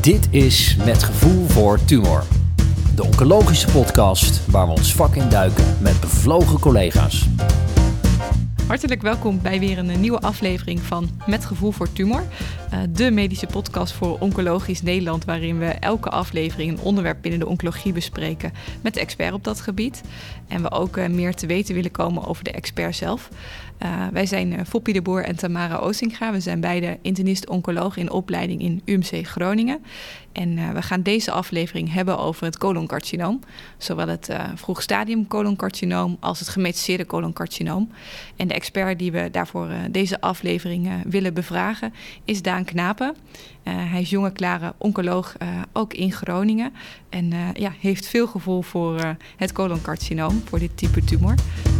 Dit is Met Gevoel voor Tumor. De oncologische podcast waar we ons vak in duiken met bevlogen collega's. Hartelijk welkom bij weer een nieuwe aflevering van Met Gevoel voor Tumor. De medische podcast voor Oncologisch Nederland, waarin we elke aflevering een onderwerp binnen de oncologie bespreken met de expert op dat gebied. En we ook meer te weten willen komen over de expert zelf. Wij zijn Foppie de Boer en Tamara Oosinga. We zijn beide internist-oncoloog in opleiding in UMC Groningen. En we gaan deze aflevering hebben over het coloncarcinoom. Zowel het vroegstadium coloncarcinoom als het gemetastaseerde coloncarcinoom. En de expert die we daarvoor deze aflevering willen bevragen is Daan Knapen. Hij is jonge, klare oncoloog, ook in Groningen. En heeft veel gevoel voor het coloncarcinoom, voor dit type tumor.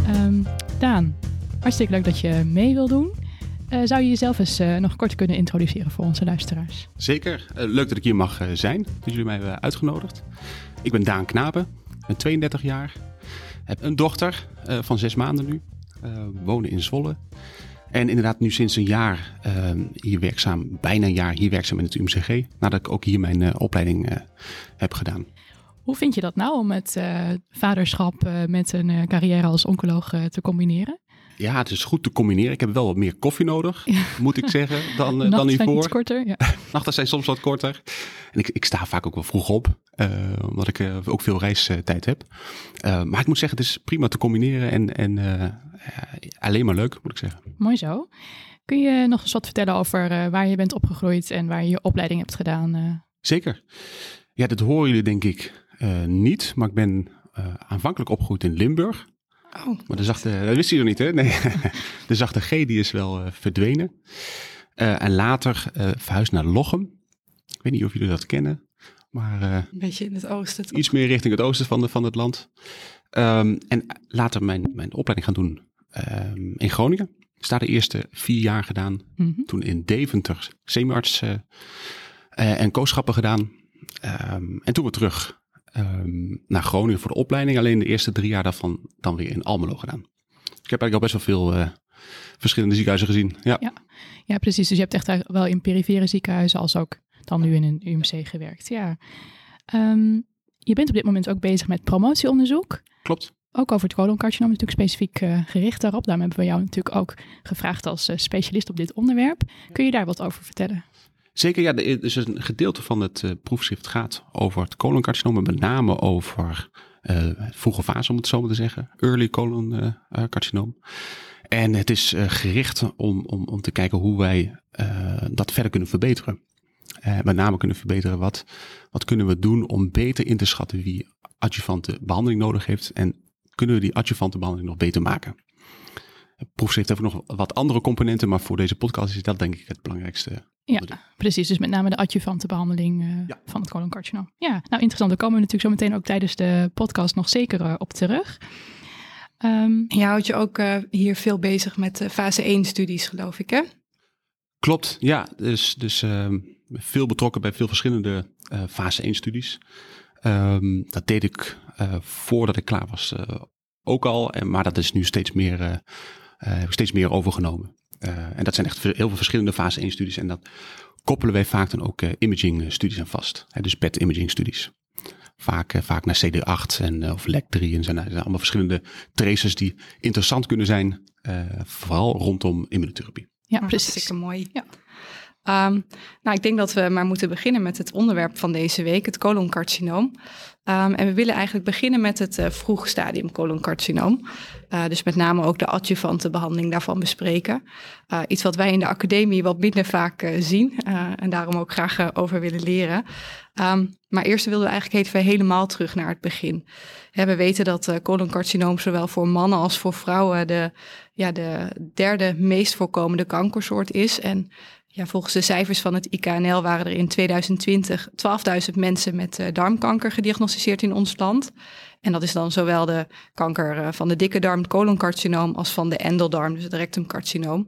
Daan, hartstikke leuk dat je mee wil doen. Zou je jezelf eens nog kort kunnen introduceren voor onze luisteraars? Zeker. Leuk dat ik hier mag zijn, dat jullie mij hebben uitgenodigd. Ik ben Daan Knapen, ben 32 jaar. Heb een dochter van 6 maanden nu. Wonen in Zwolle. En inderdaad nu sinds een jaar hier werkzaam, bijna een jaar hier werkzaam in het UMCG. Nadat ik ook hier mijn opleiding heb gedaan. Hoe vind je dat nou om het vaderschap met een carrière als oncoloog te combineren? Ja, het is goed te combineren. Ik heb wel wat meer koffie nodig, moet ik zeggen, dan hiervoor. Nachten zijn iets korter. Ja. Nachten zijn soms wat korter. En ik sta vaak ook wel vroeg op, omdat ik ook veel reistijd heb. Maar ik moet zeggen, het is prima te combineren en alleen maar leuk, moet ik zeggen. Mooi zo. Kun je nog eens wat vertellen over waar je bent opgegroeid en waar je je opleiding hebt gedaan? Zeker. Ja, dat horen jullie denk ik niet, maar ik ben aanvankelijk opgegroeid in Limburg. Oh. Maar dat wist je nog niet, hè? Nee. De zachte G die is wel verdwenen. En later verhuisd naar Lochem. Ik weet niet of jullie dat kennen. Maar, een beetje in het oosten. Toch? Iets meer richting het oosten van het land. En later mijn opleiding gaan doen in Groningen. Ik heb de eerste 4 jaar gedaan. Mm-hmm. Toen in Deventer semi-arts en kooschappen gedaan. En toen weer terug naar Groningen voor de opleiding. Alleen de eerste 3 jaar daarvan dan weer in Almelo gedaan. Ik heb eigenlijk al best wel veel verschillende ziekenhuizen gezien. Ja, precies. Dus je hebt echt wel in perifere ziekenhuizen als ook dan nu in een UMC gewerkt. Ja. Je bent op dit moment ook bezig met promotieonderzoek. Klopt. Ook over het coloncarcinoom, natuurlijk specifiek gericht daarop. Daarom hebben we jou natuurlijk ook gevraagd als specialist op dit onderwerp. Kun je daar wat over vertellen? Zeker, ja. Dus een gedeelte van het proefschrift gaat over het coloncarcinoom, met name over vroege fase, om het zo maar te zeggen. Early coloncarcinoom. En het is gericht om te kijken hoe wij dat verder kunnen verbeteren. Met name kunnen verbeteren wat kunnen we doen om beter in te schatten wie adjuvante behandeling nodig heeft. En kunnen we die adjuvante behandeling nog beter maken. Het proefschrift heeft nog wat andere componenten, maar voor deze podcast is dat denk ik het belangrijkste. Ja, precies. Dus met name de adjuvante behandeling van het coloncarcinoom. Ja, nou interessant. Daar komen we natuurlijk zo meteen ook tijdens de podcast nog zeker op terug. Je houdt je ook hier veel bezig met fase 1 studies, geloof ik, hè? Klopt, ja. Dus veel betrokken bij veel verschillende fase 1 studies. Dat deed ik voordat ik klaar was ook al. Maar dat is nu steeds meer overgenomen. En dat zijn echt heel veel verschillende fase 1 studies. En dat koppelen wij vaak dan ook imaging studies aan vast. Dus PET imaging studies. Vaak naar CD8 of LEC3. En zijn allemaal verschillende tracers die interessant kunnen zijn. Vooral rondom immunotherapie. Ja, precies. Hartstikke mooi. Ja. Ik denk dat we maar moeten beginnen met het onderwerp van deze week, het coloncarcinoom. En we willen eigenlijk beginnen met het vroeg stadium coloncarcinoom. Dus met name ook de adjuvante behandeling daarvan bespreken. Iets wat wij in de academie wat minder vaak zien en daarom ook graag over willen leren. Maar eerst wilden we eigenlijk even helemaal terug naar het begin. We weten dat coloncarcinoom zowel voor mannen als voor vrouwen de derde meest voorkomende kankersoort is. En volgens de cijfers van het IKNL waren er in 2020 12.000 mensen met darmkanker gediagnosticeerd in ons land. En dat is dan zowel de kanker van de dikke darm, het coloncarcinoom, als van de endeldarm, dus het rectumcarcinoom.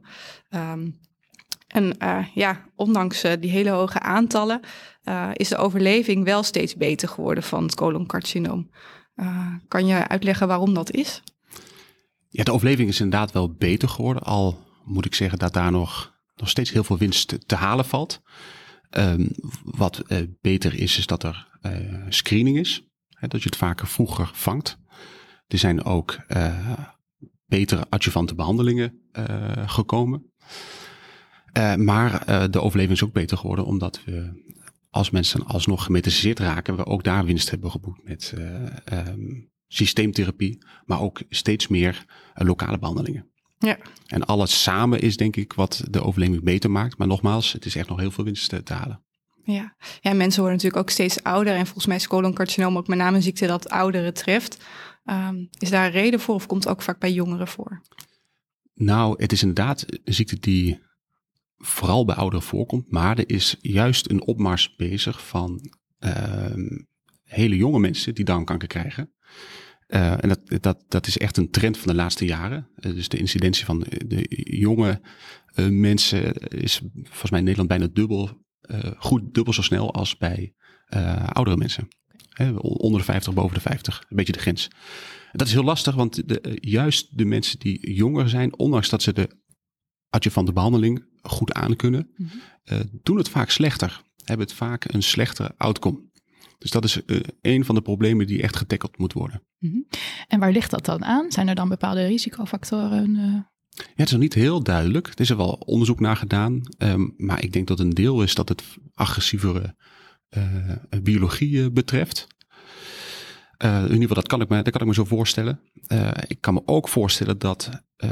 Ondanks die hele hoge aantallen is de overleving wel steeds beter geworden van het coloncarcinoom. Kan je uitleggen waarom dat is? Ja, de overleving is inderdaad wel beter geworden. Al moet ik zeggen dat daar nog steeds heel veel winst te halen valt. Wat beter is dat er screening is. Dat je het vaker vroeger vangt. Er zijn ook betere adjuvante behandelingen gekomen. Maar de overleving is ook beter geworden omdat we, als mensen alsnog gemetastaseerd raken, we ook daar winst hebben geboekt met systeemtherapie, maar ook steeds meer lokale behandelingen. Ja. En alles samen is denk ik wat de overleving beter maakt. Maar nogmaals, het is echt nog heel veel winst te halen. Ja, mensen worden natuurlijk ook steeds ouder. En volgens mij is coloncarcinoom ook met name een ziekte dat ouderen treft. Is daar een reden voor of komt het ook vaak bij jongeren voor? Nou, het is inderdaad een ziekte die vooral bij ouderen voorkomt. Maar er is juist een opmars bezig van hele jonge mensen die darmkanker krijgen. En dat is echt een trend van de laatste jaren. Dus de incidentie van de jonge mensen is volgens mij in Nederland bijna dubbel zo snel als bij oudere mensen. Onder de 50, boven de 50. Een beetje de grens. Dat is heel lastig, want juist de mensen die jonger zijn, ondanks dat ze de adjuvante behandeling goed aankunnen, doen het vaak slechter. Hebben het vaak een slechtere outcome. Dus dat is een van de problemen die echt getackeld moet worden. Mm-hmm. En waar ligt dat dan aan? Zijn er dan bepaalde risicofactoren? Ja, het is nog niet heel duidelijk. Er is er wel onderzoek naar gedaan. Maar ik denk dat een deel is dat het agressievere biologie betreft. In ieder geval, dat kan ik me zo voorstellen. Ik kan me ook voorstellen dat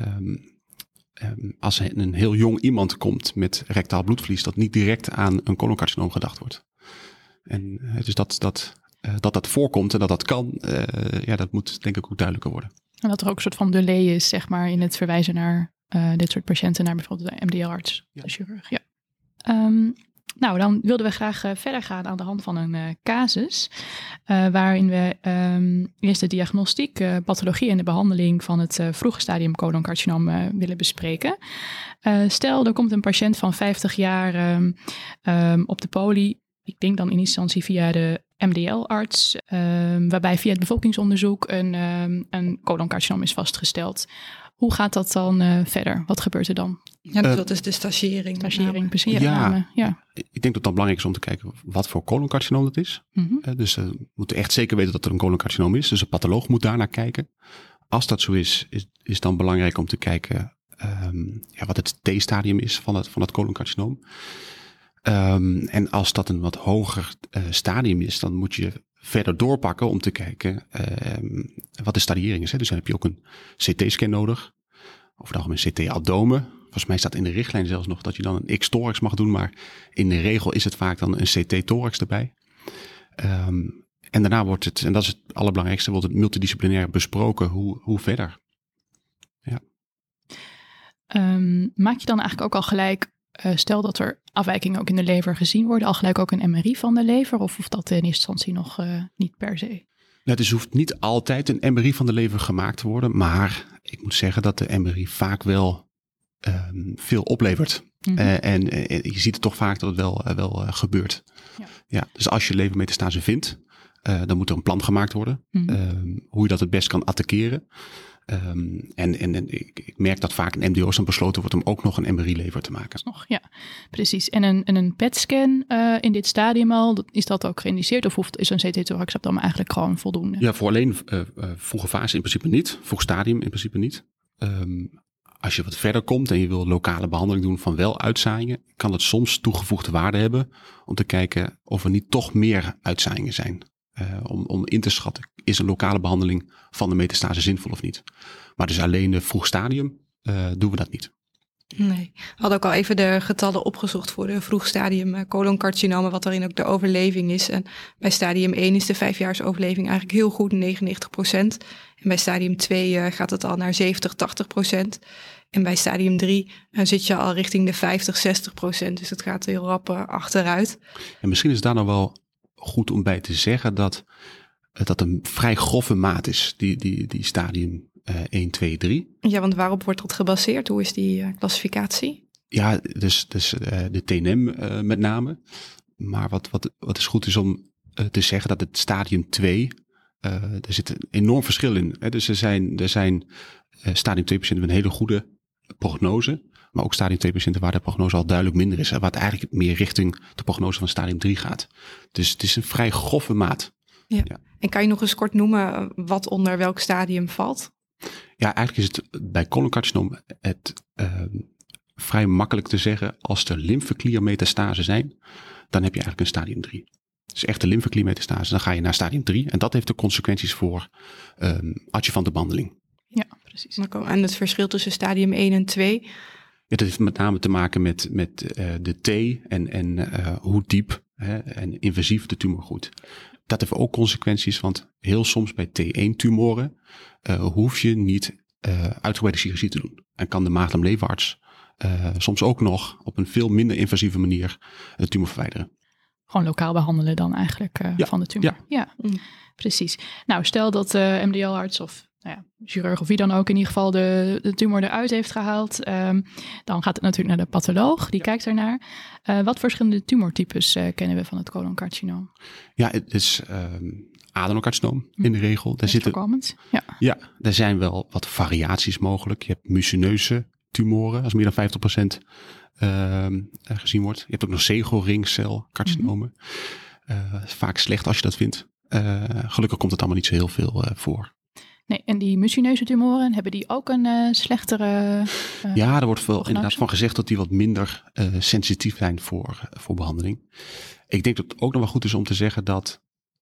als een heel jong iemand komt met rectaal bloedverlies, dat niet direct aan een coloncarcinoom gedacht wordt. En dus dat voorkomt en dat kan, dat moet denk ik ook duidelijker worden. En dat er ook een soort van delay is, zeg maar, in het verwijzen naar dit soort patiënten, naar bijvoorbeeld de MDL-arts, de chirurg. Ja. Nou, dan wilden we graag verder gaan aan de hand van een casus, waarin we eerst de diagnostiek, pathologie en de behandeling van het vroege stadium coloncarcinoom willen bespreken. Stel, er komt een patiënt van 50 jaar op de poli. Ik denk dan in instantie via de MDL-arts, waarbij via het bevolkingsonderzoek een coloncarcinoom is vastgesteld. Hoe gaat dat dan verder? Wat gebeurt er dan? Ja, dus dat is de stagering. Stagering, precies. Ja. Ik denk dat het dan belangrijk is om te kijken wat voor coloncarcinoom dat is. Mm-hmm. Dus we moeten echt zeker weten dat er een coloncarcinoom is. Dus een patholoog moet daarnaar kijken. Als dat zo is het dan belangrijk om te kijken wat het T-stadium is van het coloncarcinoom. En als dat een wat hoger stadium is, dan moet je verder doorpakken om te kijken wat de stadiering is. Hè. Dus dan heb je ook een CT-scan nodig. Over het algemeen CT-abdomen. Volgens mij staat in de richtlijn zelfs nog dat je dan een X-thorax mag doen. Maar in de regel is het vaak dan een CT-thorax erbij. En daarna wordt het, en dat is het allerbelangrijkste, wordt het multidisciplinair besproken hoe verder. Ja. Maak je dan eigenlijk ook al gelijk, stel dat er afwijkingen ook in de lever gezien worden, al gelijk ook een MRI van de lever? Of hoeft dat in eerste instantie nog niet per se? Nou, dus hoeft niet altijd een MRI van de lever gemaakt te worden. Maar ik moet zeggen dat de MRI vaak wel veel oplevert. Mm-hmm. En je ziet het toch vaak dat het wel gebeurt. Ja, dus als je levermetastase vindt, dan moet er een plan gemaakt worden. Mm-hmm. Hoe je dat het best kan attackeren. En ik merk dat vaak in MDO's dan besloten wordt om ook nog een MRI-lever te maken. Ja, precies. En een PET-scan in dit stadium al, is dat ook geïndiceerd? Of is een CT-thoraxabdomen eigenlijk gewoon voldoende? Ja, voor alleen vroege fase in principe niet. Vroeg stadium in principe niet. Als je wat verder komt en je wil lokale behandeling doen van wel uitzaaiingen, kan het soms toegevoegde waarde hebben om te kijken of er niet toch meer uitzaaiingen zijn. Om in te schatten, is een lokale behandeling van de metastase zinvol of niet. Maar dus alleen de vroeg stadium doen we dat niet. Nee, we hadden ook al even de getallen opgezocht voor de vroeg stadium coloncarcinomen, wat daarin ook de overleving is. En bij stadium 1 is de 5-jaars overleving eigenlijk heel goed, 99%. En bij stadium 2 gaat het al naar 70-80%. En bij stadium 3 zit je al richting de 50-60%. Dus het gaat heel rap achteruit. En misschien is daar nog wel goed om bij te zeggen dat een vrij grove maat is, die stadium 1, 2, 3. Ja, want waarop wordt dat gebaseerd? Hoe is die klassificatie? Ja, dus de TNM met name. Maar wat is goed is om te zeggen dat het stadium 2, er zit een enorm verschil in. Hè? Dus er zijn stadium 2 patiënten met een hele goede prognose. Maar ook stadium 2 patiënten waar de prognose al duidelijk minder is. En wat eigenlijk meer richting de prognose van stadium 3 gaat. Dus het is een vrij grove maat. Ja. En kan je nog eens kort noemen wat onder welk stadium valt? Ja, eigenlijk is het bij coloncarcinoom vrij makkelijk te zeggen. Als er lymfekliermetastasen zijn, dan heb je eigenlijk een stadium 3. Dus echte lymfekliermetastasen, dan ga je naar stadium 3. En dat heeft de consequenties voor adjuvante behandeling. Ja, precies. En het verschil tussen stadium 1 en 2? Ja, dat heeft met name te maken met de T en hoe diep en invasief de tumor groeit. Dat heeft ook consequenties, want heel soms bij T1-tumoren hoef je niet uitgebreide chirurgie te doen. En kan de maag-darm-leverarts soms ook nog op een veel minder invasieve manier de tumor verwijderen. Gewoon lokaal behandelen dan eigenlijk van de tumor. Ja, precies. Nou, stel dat de MDL-arts of chirurg of wie dan ook in ieder geval de tumor eruit heeft gehaald. Dan gaat het natuurlijk naar de patholoog. Die kijkt ernaar. Wat verschillende tumortypes kennen we van het coloncarcinoom? Ja, het is adenocarcinoom in de regel. Daar zitten, ja, daar zijn wel wat variaties mogelijk. Je hebt mucineuze tumoren, als meer dan 50% gezien wordt. Je hebt ook nog zegelringcelcarcinomen. Vaak slecht als je dat vindt. Gelukkig komt het allemaal niet zo heel veel voor. Nee, en die mucineuze tumoren, hebben die ook een slechtere ja, er wordt wel inderdaad van gezegd dat die wat minder sensitief zijn voor behandeling. Ik denk dat het ook nog wel goed is om te zeggen dat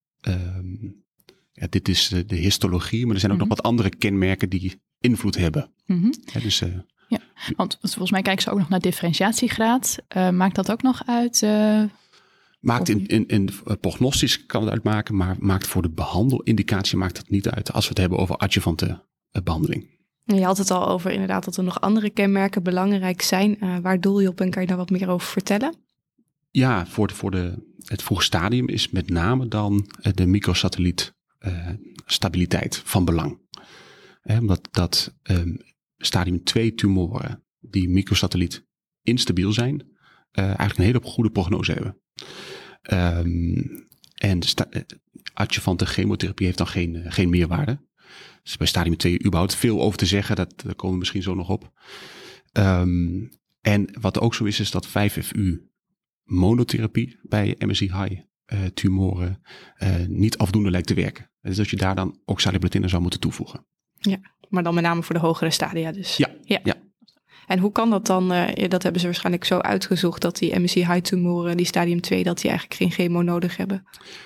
dit is de histologie, maar er zijn ook nog wat andere kenmerken die invloed hebben. Dus, ja, want volgens mij kijken ze ook nog naar differentiatiegraad. Maakt dat ook nog uit? Maakt in prognostisch kan het uitmaken, maar maakt voor de behandelindicatie maakt het niet uit als we het hebben over adjuvante behandeling. Je had het al over inderdaad dat er nog andere kenmerken belangrijk zijn. Waar doel je op en kan je daar wat meer over vertellen? Ja, voor het vroeg stadium is met name dan de microsatelliet stabiliteit van belang. Omdat stadium 2 tumoren die microsatelliet instabiel zijn, eigenlijk een hele goede prognose hebben. En adjuvante chemotherapie heeft dan geen meerwaarde. Dus bij stadium 2 überhaupt veel over te zeggen, daar komen we misschien zo nog op. En wat ook zo is dat 5FU monotherapie bij MSI-high tumoren niet afdoende lijkt te werken. Dus dat je daar dan oxaliplatina zou moeten toevoegen. Ja, maar dan met name voor de hogere stadia dus. Ja. En hoe kan dat dan? Dat hebben ze waarschijnlijk zo uitgezocht dat die MSI-high tumoren, die stadium 2, dat die eigenlijk geen chemo nodig hebben.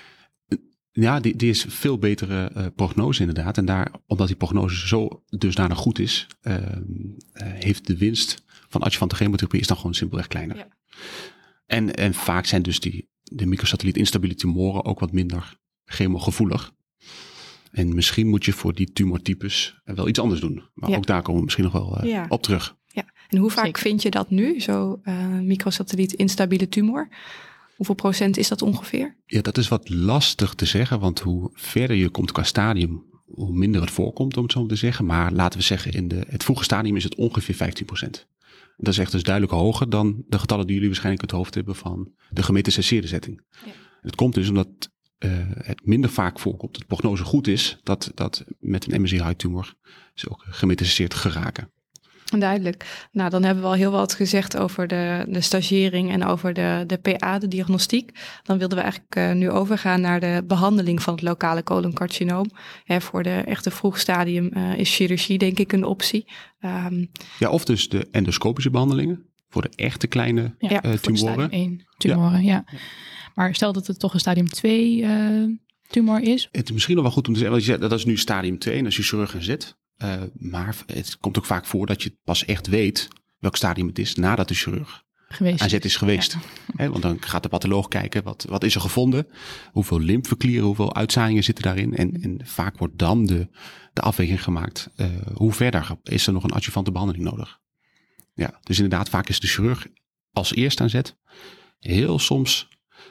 Ja, die is veel betere prognose inderdaad. En omdat die prognose zo dusdanig goed is, heeft de winst van adjuvante chemotherapie is dan gewoon simpelweg kleiner. Ja. En vaak zijn dus de microsatelliet instabiele tumoren ook wat minder chemogevoelig. En misschien moet je voor die tumortypes wel iets anders doen. Maar ook daar komen we misschien nog wel op terug. Ja. En hoe vaak vind je dat nu, zo microsatelliet instabiele tumor? Hoeveel procent is dat ongeveer? Ja, dat is wat lastig te zeggen, want hoe verder je komt qua stadium, hoe minder het voorkomt, om het zo te zeggen. Maar laten we zeggen, in het vroege stadium is het ongeveer 15%. Dat is echt dus duidelijk hoger dan de getallen die jullie waarschijnlijk in het hoofd hebben van de gemetastaseerde setting. Ja. Het komt dus omdat het minder vaak voorkomt, dat de prognose goed is, dat met een MSI-high tumor ze ook gemetastaseerd geraken. Duidelijk. Nou, dan hebben we al heel wat gezegd over de stagering en over de PA, de diagnostiek. Dan wilden we eigenlijk nu overgaan naar de behandeling van het lokale coloncarcinoom. Voor de echte vroeg stadium is chirurgie denk ik een optie. Ja, of dus de endoscopische behandelingen voor de echte kleine tumoren. Stadium 1 tumoren, ja. Maar stel dat het toch een stadium 2 tumor is. Het is misschien nog wel goed om te zeggen, want dat is nu stadium 2 en als je chirurg zet. Maar het komt ook vaak voor dat je pas echt weet welk stadium het is nadat de chirurg aan zet is geweest. Ja. Want dan gaat de patholoog kijken, wat is er gevonden? Hoeveel lymfeklieren, hoeveel uitzaaiingen zitten daarin? En vaak wordt dan de afweging gemaakt. Hoe verder is er nog een adjuvante behandeling nodig? Ja, dus inderdaad, vaak is de chirurg als eerste aan zet. Heel soms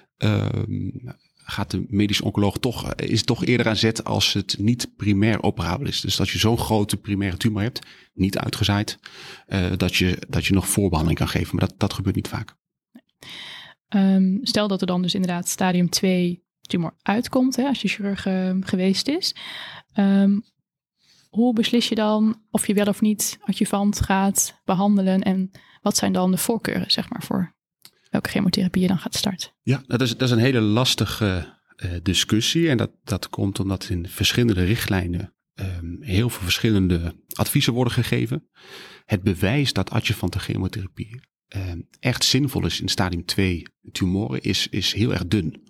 gaat de medisch oncoloog toch eerder aan zet als het niet primair operabel is. Dus dat je zo'n grote primaire tumor hebt, niet uitgezaaid, dat je nog voorbehandeling kan geven. Maar dat gebeurt niet vaak. Stel dat er dan dus inderdaad stadium 2 tumor uitkomt, als je chirurg geweest is. hoe beslis je dan of je wel of niet adjuvant gaat behandelen? En wat zijn dan de voorkeuren, zeg maar, voor welke chemotherapie je dan gaat starten? Ja, dat is een hele lastige discussie. En dat komt omdat in verschillende richtlijnen heel veel verschillende adviezen worden gegeven. Het bewijs dat adjuvante chemotherapie echt zinvol is in stadium 2 tumoren is heel erg dun.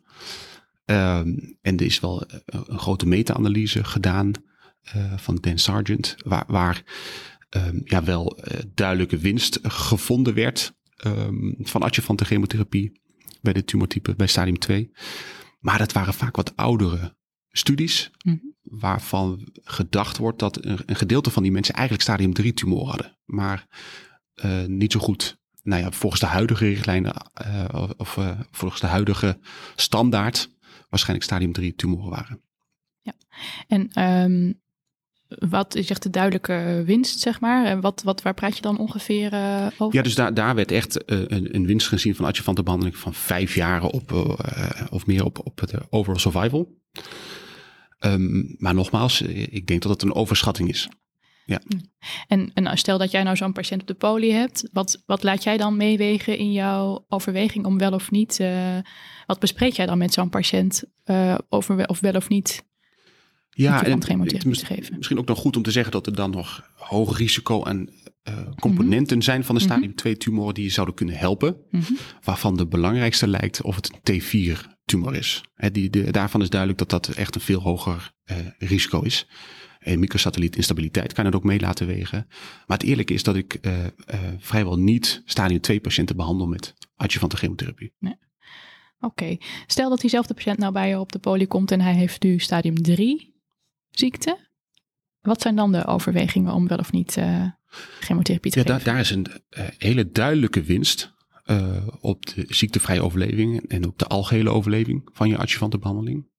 En er is wel een grote meta-analyse gedaan van Dan Sargent, waar wel duidelijke winst gevonden werd van adjuvante chemotherapie bij dit tumortype, bij stadium 2. Maar dat waren vaak wat oudere studies, waarvan gedacht wordt dat een gedeelte van die mensen eigenlijk stadium 3 tumor hadden. Maar niet zo goed. Nou ja, volgens de huidige richtlijnen of volgens de huidige standaard waarschijnlijk stadium 3 tumoren waren. Ja, en wat is echt de duidelijke winst, zeg maar? En waar praat je dan ongeveer over? Ja, dus daar werd echt een winst gezien van adjuvante behandeling van 5 jaar of meer op de overall survival. Maar nogmaals, ik denk dat het een overschatting is. Ja. En stel dat jij nou zo'n patiënt op de poli hebt, wat laat jij dan meewegen in jouw overweging om wel of niet? Wat bespreek jij dan met zo'n patiënt over of wel of niet? Ja, en het is misschien ook nog goed om te zeggen dat er dan nog hoog risico en componenten zijn van de stadium 2 tumoren die je zouden kunnen helpen. Waarvan de belangrijkste lijkt of het een T4 tumor is. Daarvan is duidelijk dat dat echt een veel hoger risico is. En microsatellietinstabiliteit kan het ook mee laten wegen. Maar het eerlijke is dat ik vrijwel niet stadium 2 patiënten behandel met adjuvante chemotherapie. Nee. Oké. Stel dat diezelfde patiënt nou bij je op de poli komt en hij heeft nu stadium 3 ziekte. Wat zijn dan de overwegingen om wel of niet chemotherapie te geven? Daar is een hele duidelijke winst op de ziektevrije overleving en op de algehele overleving van je adjuvante behandeling.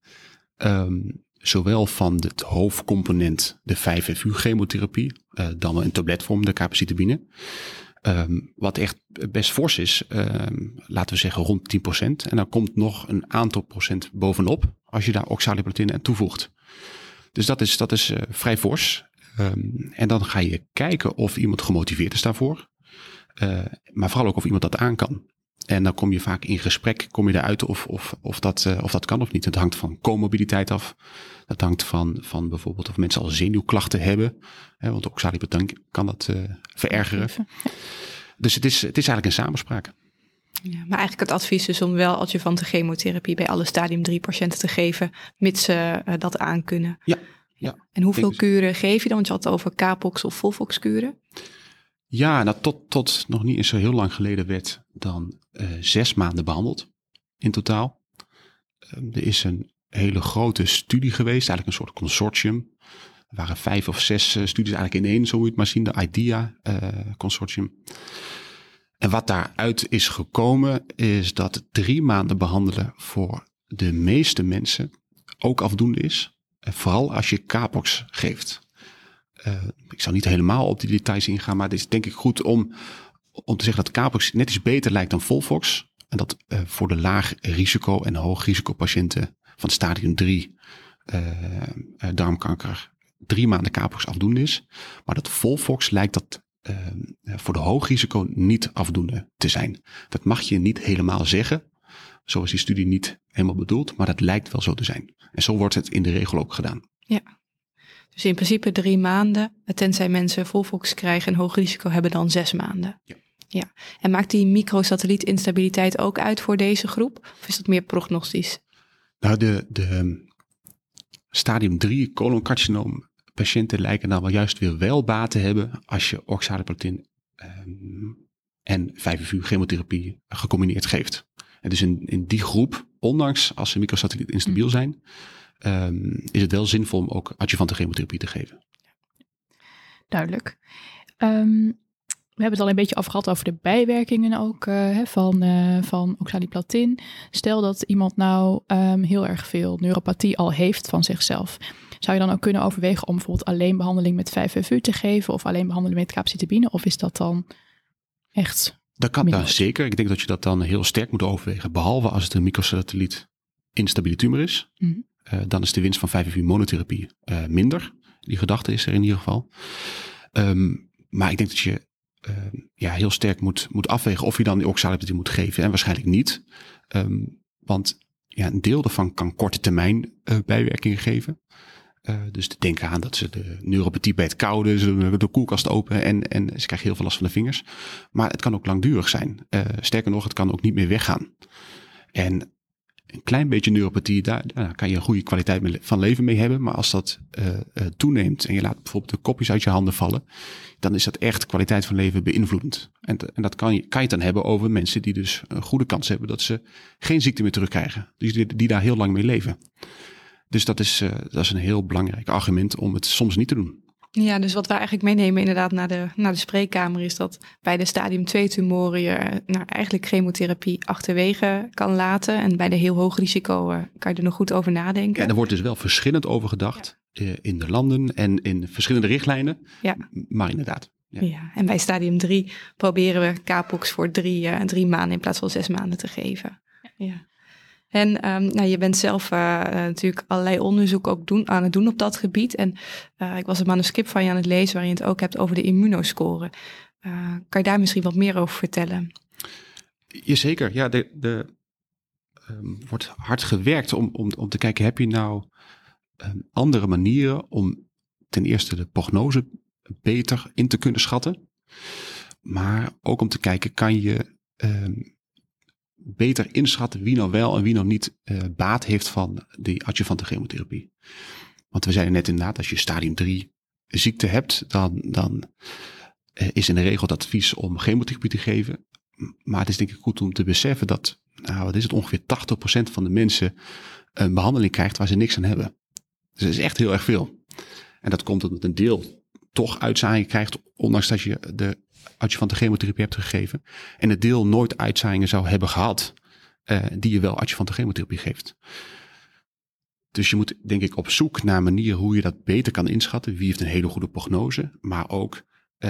Zowel van het hoofdcomponent, de 5FU chemotherapie, dan wel in tabletvorm, de capecitabine. Wat echt best fors is, laten we zeggen rond 10%. En dan komt nog een aantal procent bovenop als je daar oxaliplatine aan toevoegt. Dus dat is vrij fors. En dan ga je kijken of iemand gemotiveerd is daarvoor. Maar vooral ook of iemand dat aan kan. En dan kom je vaak in gesprek, kom je eruit of dat kan of niet. Het hangt van comorbiditeit af. Dat hangt van bijvoorbeeld of mensen al zenuwklachten hebben. Want oxaliplatine kan dat verergeren. Dus het is eigenlijk een samenspraak. Ja, maar eigenlijk het advies is om wel adjuvante chemotherapie bij alle stadium 3 patiënten te geven, mits ze dat aankunnen. Ja. En hoeveel kuren geef je dan? Want je had het over Capox of Volvox kuren. Ja, nou tot nog niet eens zo heel lang geleden werd dan 6 maanden behandeld in totaal. Er is een hele grote studie geweest, eigenlijk een soort consortium. Er waren 5 of 6 studies eigenlijk in één, zo moet je het maar zien, de IDEA consortium. En wat daaruit is gekomen is dat 3 maanden behandelen voor de meeste mensen ook afdoende is. Vooral als je Capox geeft. Ik zou niet helemaal op die details ingaan, maar het is denk ik goed om te zeggen dat Capox net iets beter lijkt dan Volvox. En dat voor de laag risico en hoog risico patiënten van stadium 3 darmkanker 3 maanden Capox afdoende is. Maar dat Volvox lijkt dat voor de hoog risico niet afdoende te zijn. Dat mag je niet helemaal zeggen. Zo is die studie niet helemaal bedoeld, maar dat lijkt wel zo te zijn. En zo wordt het in de regel ook gedaan. Ja. Dus in principe 3 maanden, tenzij mensen Volvox krijgen en hoog risico hebben, dan 6 maanden. Ja. En maakt die microsatellietinstabiliteit ook uit voor deze groep? Of is dat meer prognostisch? Nou, de stadium 3 coloncarcinoom patiënten lijken nou wel juist weer wel baat te hebben als je oxaliplatine en 5FU chemotherapie gecombineerd geeft. En dus in die groep, ondanks als ze microsatelliet instabiel zijn, is het wel zinvol om ook adjuvante chemotherapie te geven. Duidelijk. We hebben het al een beetje gehad over de bijwerkingen ook van oxaliplatine. Stel dat iemand nou heel erg veel neuropathie al heeft van zichzelf. Zou je dan ook kunnen overwegen om bijvoorbeeld alleen behandeling met 5FU te geven of alleen behandeling met capecitabine? Of is dat dan echt... Dat kan dan zeker. Ik denk dat je dat dan heel sterk moet overwegen. Behalve als het een microsatelliet instabiele tumor is. Dan is de winst van 5FU monotherapie minder. Die gedachte is er in ieder geval. Maar ik denk dat je heel sterk moet afwegen of je dan die oxalipatie moet geven. En waarschijnlijk niet. Want een deel daarvan kan korte termijn bijwerkingen geven. Dus te denken aan dat ze de neuropathie bij het koude, ze doen de koelkast open en ze krijgen heel veel last van de vingers. Maar het kan ook langdurig zijn. Sterker nog, het kan ook niet meer weggaan. En een klein beetje neuropathie, daar kan je een goede kwaliteit van leven mee hebben. Maar als dat toeneemt en je laat bijvoorbeeld de kopjes uit je handen vallen, dan is dat echt kwaliteit van leven beïnvloedend. En dat kan je het dan hebben over mensen die dus een goede kans hebben dat ze geen ziekte meer terugkrijgen. Dus die daar heel lang mee leven. Dus dat is een heel belangrijk argument om het soms niet te doen. Ja, dus wat wij eigenlijk meenemen inderdaad naar de spreekkamer is dat bij de stadium 2 tumoren je eigenlijk chemotherapie achterwege kan laten. En bij de heel hoog risico kan je er nog goed over nadenken. Ja, er wordt dus wel verschillend over gedacht in de landen en in verschillende richtlijnen. Ja. Maar inderdaad. Ja, en bij stadium 3 proberen we Capox voor 3 maanden in plaats van 6 maanden te geven. Ja. En je bent zelf natuurlijk allerlei onderzoek ook aan het doen op dat gebied. En ik was een manuscript van je aan het lezen waarin je het ook hebt over de immunoscore. Kan je daar misschien wat meer over vertellen? Jazeker. Ja, wordt hard gewerkt om te kijken, heb je nou andere manieren om ten eerste de prognose beter in te kunnen schatten. Maar ook om te kijken, kan je beter inschatten wie nou wel en wie nou niet baat heeft van die adjuvante chemotherapie. Want we zeiden net inderdaad, als je stadium 3 ziekte hebt, dan is in de regel het advies om chemotherapie te geven. Maar het is denk ik goed om te beseffen dat, ongeveer 80% van de mensen een behandeling krijgt waar ze niks aan hebben. Dus dat is echt heel erg veel. En dat komt omdat een deel toch uitzaaiingen krijgt, ondanks dat je de adjuvante chemotherapie hebt gegeven. En het deel nooit uitzaaiingen zou hebben gehad, die je wel adjuvante chemotherapie geeft. Dus je moet denk ik op zoek naar manieren hoe je dat beter kan inschatten. Wie heeft een hele goede prognose, maar ook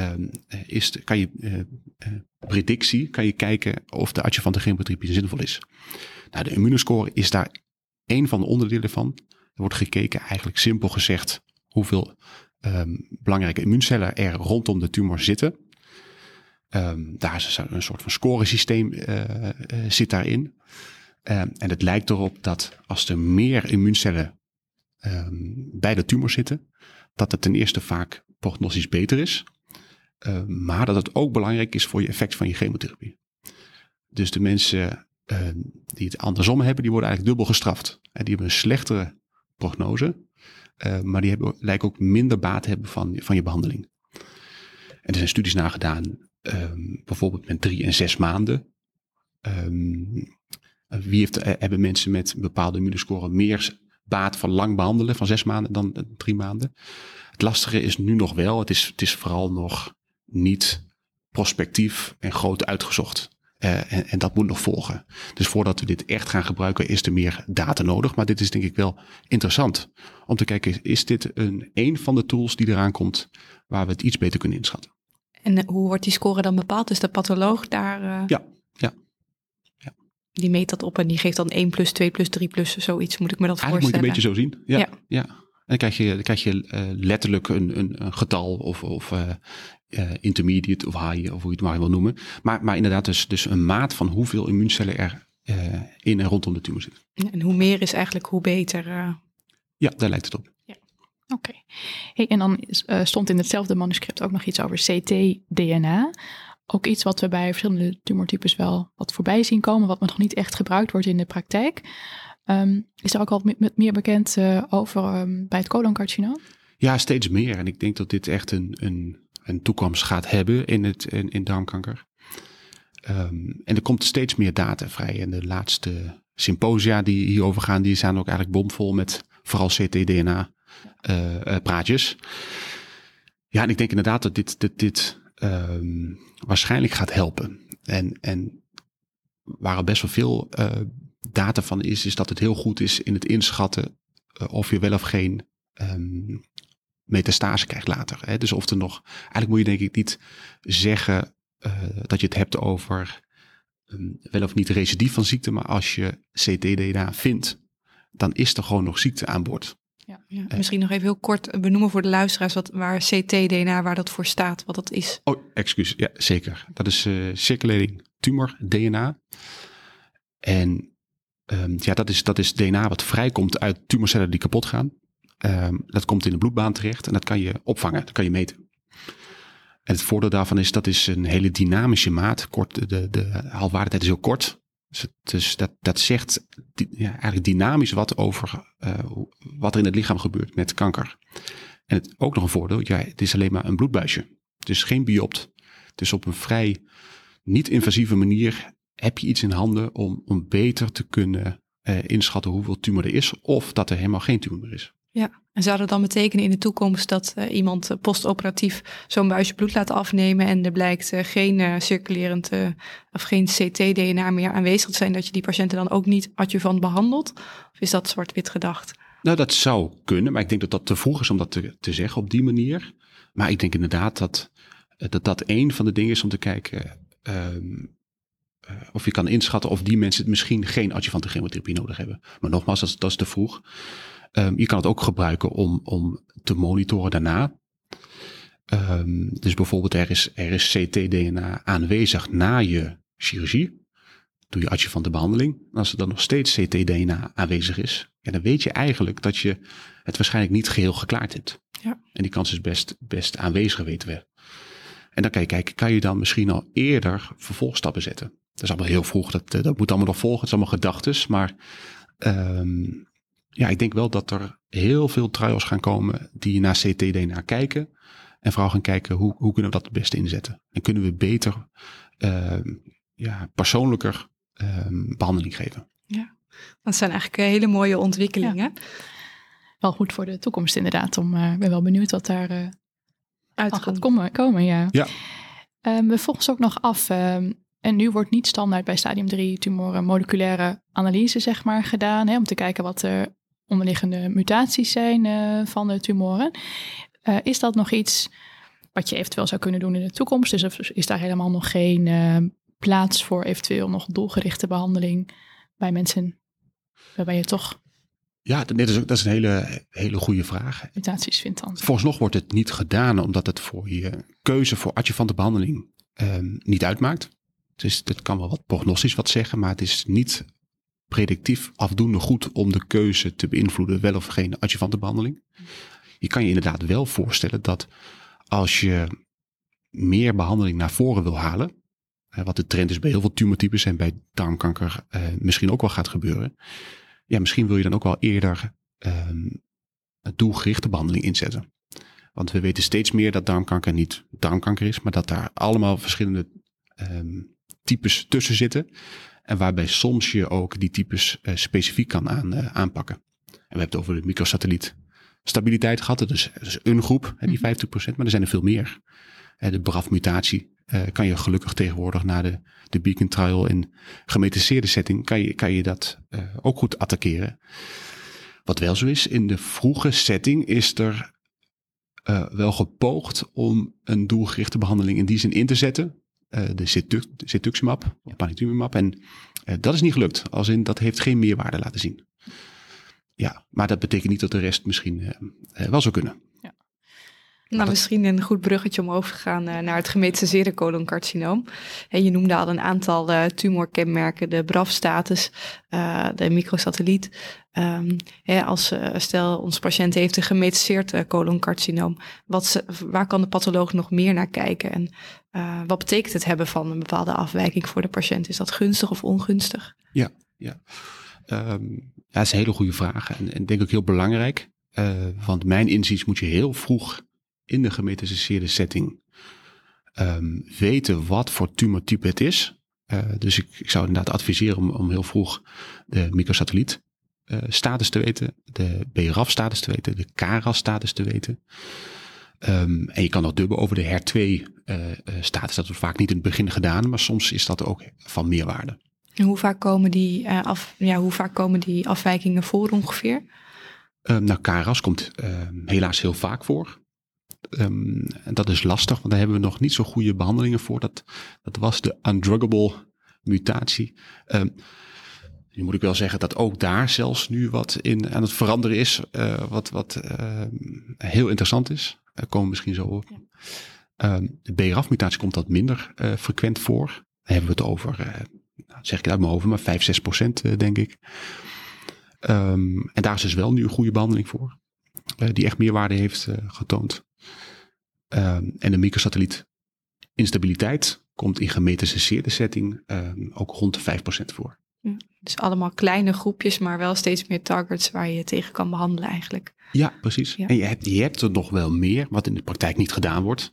predictie, kan je kijken of de adjuvante chemotherapie zinvol is. Nou, de immunoscore is daar één van de onderdelen van. Er wordt gekeken, eigenlijk simpel gezegd, hoeveel belangrijke immuuncellen er rondom de tumor zitten. Daar is een soort van scoresysteem zit daarin. En het lijkt erop dat als er meer immuuncellen bij de tumor zitten, dat het ten eerste vaak prognostisch beter is. Maar dat het ook belangrijk is voor je effect van je chemotherapie. Dus de mensen die het andersom hebben, die worden eigenlijk dubbel gestraft. Die hebben een slechtere prognose, maar die lijken ook minder baat te hebben van je behandeling. En er zijn studies naar gedaan, bijvoorbeeld met 3 en 6 maanden. Hebben mensen met een bepaalde immuunscore meer baat van lang behandelen, van 6 maanden dan 3 maanden? Het lastige is nu nog wel, het is vooral nog niet prospectief en groot uitgezocht. En dat moet nog volgen. Dus voordat we dit echt gaan gebruiken, is er meer data nodig. Maar dit is denk ik wel interessant om te kijken, is dit een van de tools die eraan komt waar we het iets beter kunnen inschatten. En hoe wordt die score dan bepaald? Is de patholoog daar? Ja. Die meet dat op en die geeft dan 1+, 2+, 3+, zoiets. Moet ik me dat voorstellen? Eigenlijk moet je het een beetje zo zien. Ja. En dan krijg je letterlijk een getal of intermediate of high, of hoe je het maar wil noemen. Maar inderdaad dus een maat van hoeveel immuuncellen er in en rondom de tumor zitten. En hoe meer is eigenlijk hoe beter? Ja, daar lijkt het op. Ja. Oké. Hey, en dan stond in hetzelfde manuscript ook nog iets over CT-DNA. Ook iets wat we bij verschillende tumortypes wel wat voorbij zien komen, wat nog niet echt gebruikt wordt in de praktijk. Is er ook al meer bekend over bij het coloncarcinoom? Ja, steeds meer. En ik denk dat dit echt een toekomst gaat hebben in darmkanker. En er komt steeds meer data vrij. En de laatste symposia die hierover gaan, die zijn ook eigenlijk bomvol met vooral CT-DNA praatjes. Ja, en ik denk inderdaad dat dit waarschijnlijk gaat helpen. En waar er best wel veel data van is dat het heel goed is in het inschatten of je wel of geen metastase krijgt later. Hè? Dus of er nog, eigenlijk moet je denk ik niet zeggen dat je het hebt over wel of niet recidief van ziekte, maar als je CT-DNA vindt, dan is er gewoon nog ziekte aan boord. Ja, misschien nog even heel kort benoemen voor de luisteraars waar CT-DNA, waar dat voor staat, wat dat is. Oh, excuus. Ja, zeker. Dat is circulating tumor DNA. En dat is DNA wat vrijkomt uit tumorcellen die kapot gaan. Dat komt in de bloedbaan terecht en dat kan je opvangen, dat kan je meten. En het voordeel daarvan is, dat is een hele dynamische maat. De halfwaardetijd is heel kort. Dus dat zegt eigenlijk dynamisch wat over wat er in het lichaam gebeurt met kanker. En het ook nog een voordeel, het is alleen maar een bloedbuisje. Het is geen biopt. Dus op een vrij niet-invasieve manier heb je iets in handen om beter te kunnen inschatten hoeveel tumor er is of dat er helemaal geen tumor is. Ja, en zou dat dan betekenen in de toekomst dat iemand postoperatief zo'n buisje bloed laat afnemen en er blijkt geen circulerend of geen CT-DNA meer aanwezig te zijn, dat je die patiënten dan ook niet adjuvant behandelt? Of is dat zwart-wit gedacht? Nou, dat zou kunnen, maar ik denk dat dat te vroeg is om dat te zeggen op die manier. Maar ik denk inderdaad dat een van de dingen is om te kijken of je kan inschatten of die mensen misschien geen adjuvante chemotherapie nodig hebben. Maar nogmaals, dat is te vroeg. Je kan het ook gebruiken om te monitoren daarna. Dus bijvoorbeeld er is CT-DNA aanwezig na je chirurgie. Doe je adjuvante behandeling. En als er dan nog steeds CT-DNA aanwezig is, dan weet je eigenlijk dat je het waarschijnlijk niet geheel geklaard hebt. Ja. En die kans is best aanwezig, weten we. En dan kan je kijken, kan je dan misschien al eerder vervolgstappen zetten? Dat is allemaal heel vroeg, dat moet allemaal nog volgen. Het is allemaal gedachtes, maar ik denk wel dat er heel veel trials gaan komen die naar CT-DNA kijken. En vooral gaan kijken, hoe kunnen we dat het beste inzetten? En kunnen we beter, persoonlijker behandeling geven? Ja, dat zijn eigenlijk hele mooie ontwikkelingen. Ja. Wel goed voor de toekomst inderdaad. Ik ben wel benieuwd wat daar uit gaat komen. Ja. We volgen ons ook nog af. En nu wordt niet standaard bij stadium 3 tumoren moleculaire analyse zeg maar gedaan. Om te kijken wat de onderliggende mutaties zijn van de tumoren. Is dat nog iets wat je eventueel zou kunnen doen in de toekomst? Dus is daar helemaal nog geen plaats voor eventueel nog doelgerichte behandeling bij mensen waarbij je toch... Ja, dat is een hele goede vraag. Mutaties vindt dan. Vooralsnog wordt het niet gedaan omdat het voor je keuze voor adjuvante behandeling niet uitmaakt. Dus het kan wel wat prognostisch wat zeggen, maar het is niet predictief afdoende goed om de keuze te beïnvloeden, wel of geen adjuvante behandeling. Je kan je inderdaad wel voorstellen dat als je meer behandeling naar voren wil halen, wat de trend is bij heel veel tumortypes en bij darmkanker misschien ook wel gaat gebeuren. Ja, misschien wil je dan ook wel eerder doelgerichte behandeling inzetten. Want we weten steeds meer dat darmkanker niet darmkanker is, maar dat daar allemaal verschillende types tussen zitten. En waarbij soms je ook die types specifiek kan aanpakken. En we hebben het over de microsatelliet stabiliteit gehad. Dat is een groep, die 50%, maar er zijn er veel meer. De BRAF-mutatie kan je gelukkig tegenwoordig na de Beacon trial in gemetastaseerde setting kan je dat ook goed attackeren. Wat wel zo is, in de vroege setting is er wel gepoogd om een doelgerichte behandeling in die zin in te zetten. De cetuximab, of panitumumab. En dat is niet gelukt. Als in, dat heeft geen meerwaarde laten zien. Ja, maar dat betekent niet dat de rest misschien wel zou kunnen. Ja. Nou, misschien een goed bruggetje om over te gaan naar het gemetastaseerde coloncarcinoom. En je noemde al een aantal tumorkenmerken, de BRAF-status, de microsatelliet. Stel, onze patiënt heeft een gemetastaseerd coloncarcinoom. Waar kan de patholoog nog meer naar kijken? En wat betekent het hebben van een bepaalde afwijking voor de patiënt? Is dat gunstig of ongunstig? Ja. Dat is een hele goede vraag en denk ook heel belangrijk. Want mijn inziens moet je heel vroeg in de gemetastaseerde setting weten wat voor tumortype het is. Dus ik zou inderdaad adviseren om heel vroeg de microsatelliet status te weten, de BRAF status te weten, de KRAS status te weten. En je kan nog dubben over de HER2 status. Dat wordt vaak niet in het begin gedaan, maar soms is dat ook van meerwaarde. En hoe vaak komen die afwijkingen voor ongeveer? KRAS komt helaas heel vaak voor. En dat is lastig, want daar hebben we nog niet zo goede behandelingen voor. Dat was de undruggable mutatie. Nu moet ik wel zeggen dat ook daar zelfs nu wat in aan het veranderen is. Wat heel interessant is. Daar komen we misschien zo op. Ja. De BRAF-mutatie komt wat minder frequent voor. Dan hebben we het over, zeg ik het uit mijn hoofd, maar 5-6% denk ik. En daar is dus wel nu een goede behandeling voor. Die echt meerwaarde heeft getoond. En de microsatelliet instabiliteit komt in gemetastaseerde setting ook rond de 5% voor. Dus allemaal kleine groepjes, maar wel steeds meer targets waar je tegen kan behandelen eigenlijk. Ja, precies. Ja. En je hebt er nog wel meer, wat in de praktijk niet gedaan wordt.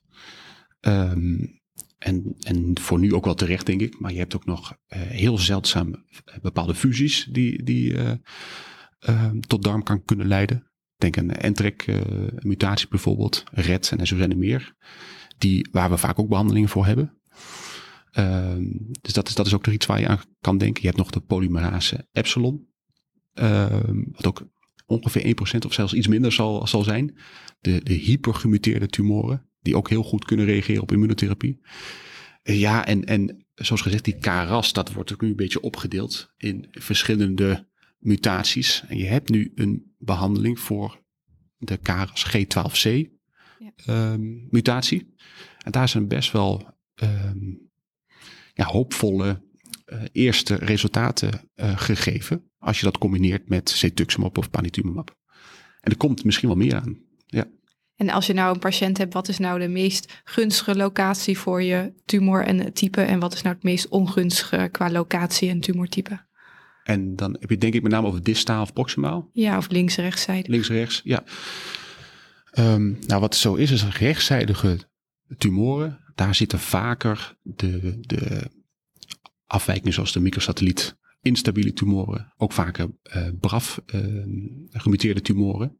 En voor nu ook wel terecht, denk ik. Maar je hebt ook nog heel zeldzaam bepaalde fusies die tot darmkanker kunnen leiden. Denk aan NTRK-mutatie bijvoorbeeld, RET en zo zijn er meer. Waar we vaak ook behandelingen voor hebben. Dus dat is ook nog iets waar je aan kan denken. Je hebt nog de polymerase epsilon. Wat ook ongeveer 1% of zelfs iets minder zal zijn. De hypergemuteerde tumoren. Die ook heel goed kunnen reageren op immunotherapie. Ja, en zoals gezegd, die KRAS, dat wordt ook nu een beetje opgedeeld in verschillende mutaties. En je hebt nu een behandeling voor de KRAS G12C mutatie. En daar zijn best wel hoopvolle eerste resultaten gegeven. Als je dat combineert met cetuximab of panitumumab. En er komt misschien wel meer aan. Ja. En als je nou een patiënt hebt, wat is nou de meest gunstige locatie voor je tumor en het type? En wat is nou het meest ongunstige qua locatie en tumortype? En dan heb je denk ik met name over distaal of proximaal. Ja, of links-rechtszijdig. Links-rechts, ja. Nou, wat zo is rechtszijdige tumoren. Daar zitten vaker de afwijkingen zoals de microsatelliet, instabiele tumoren. Ook vaker BRAF, gemuteerde tumoren.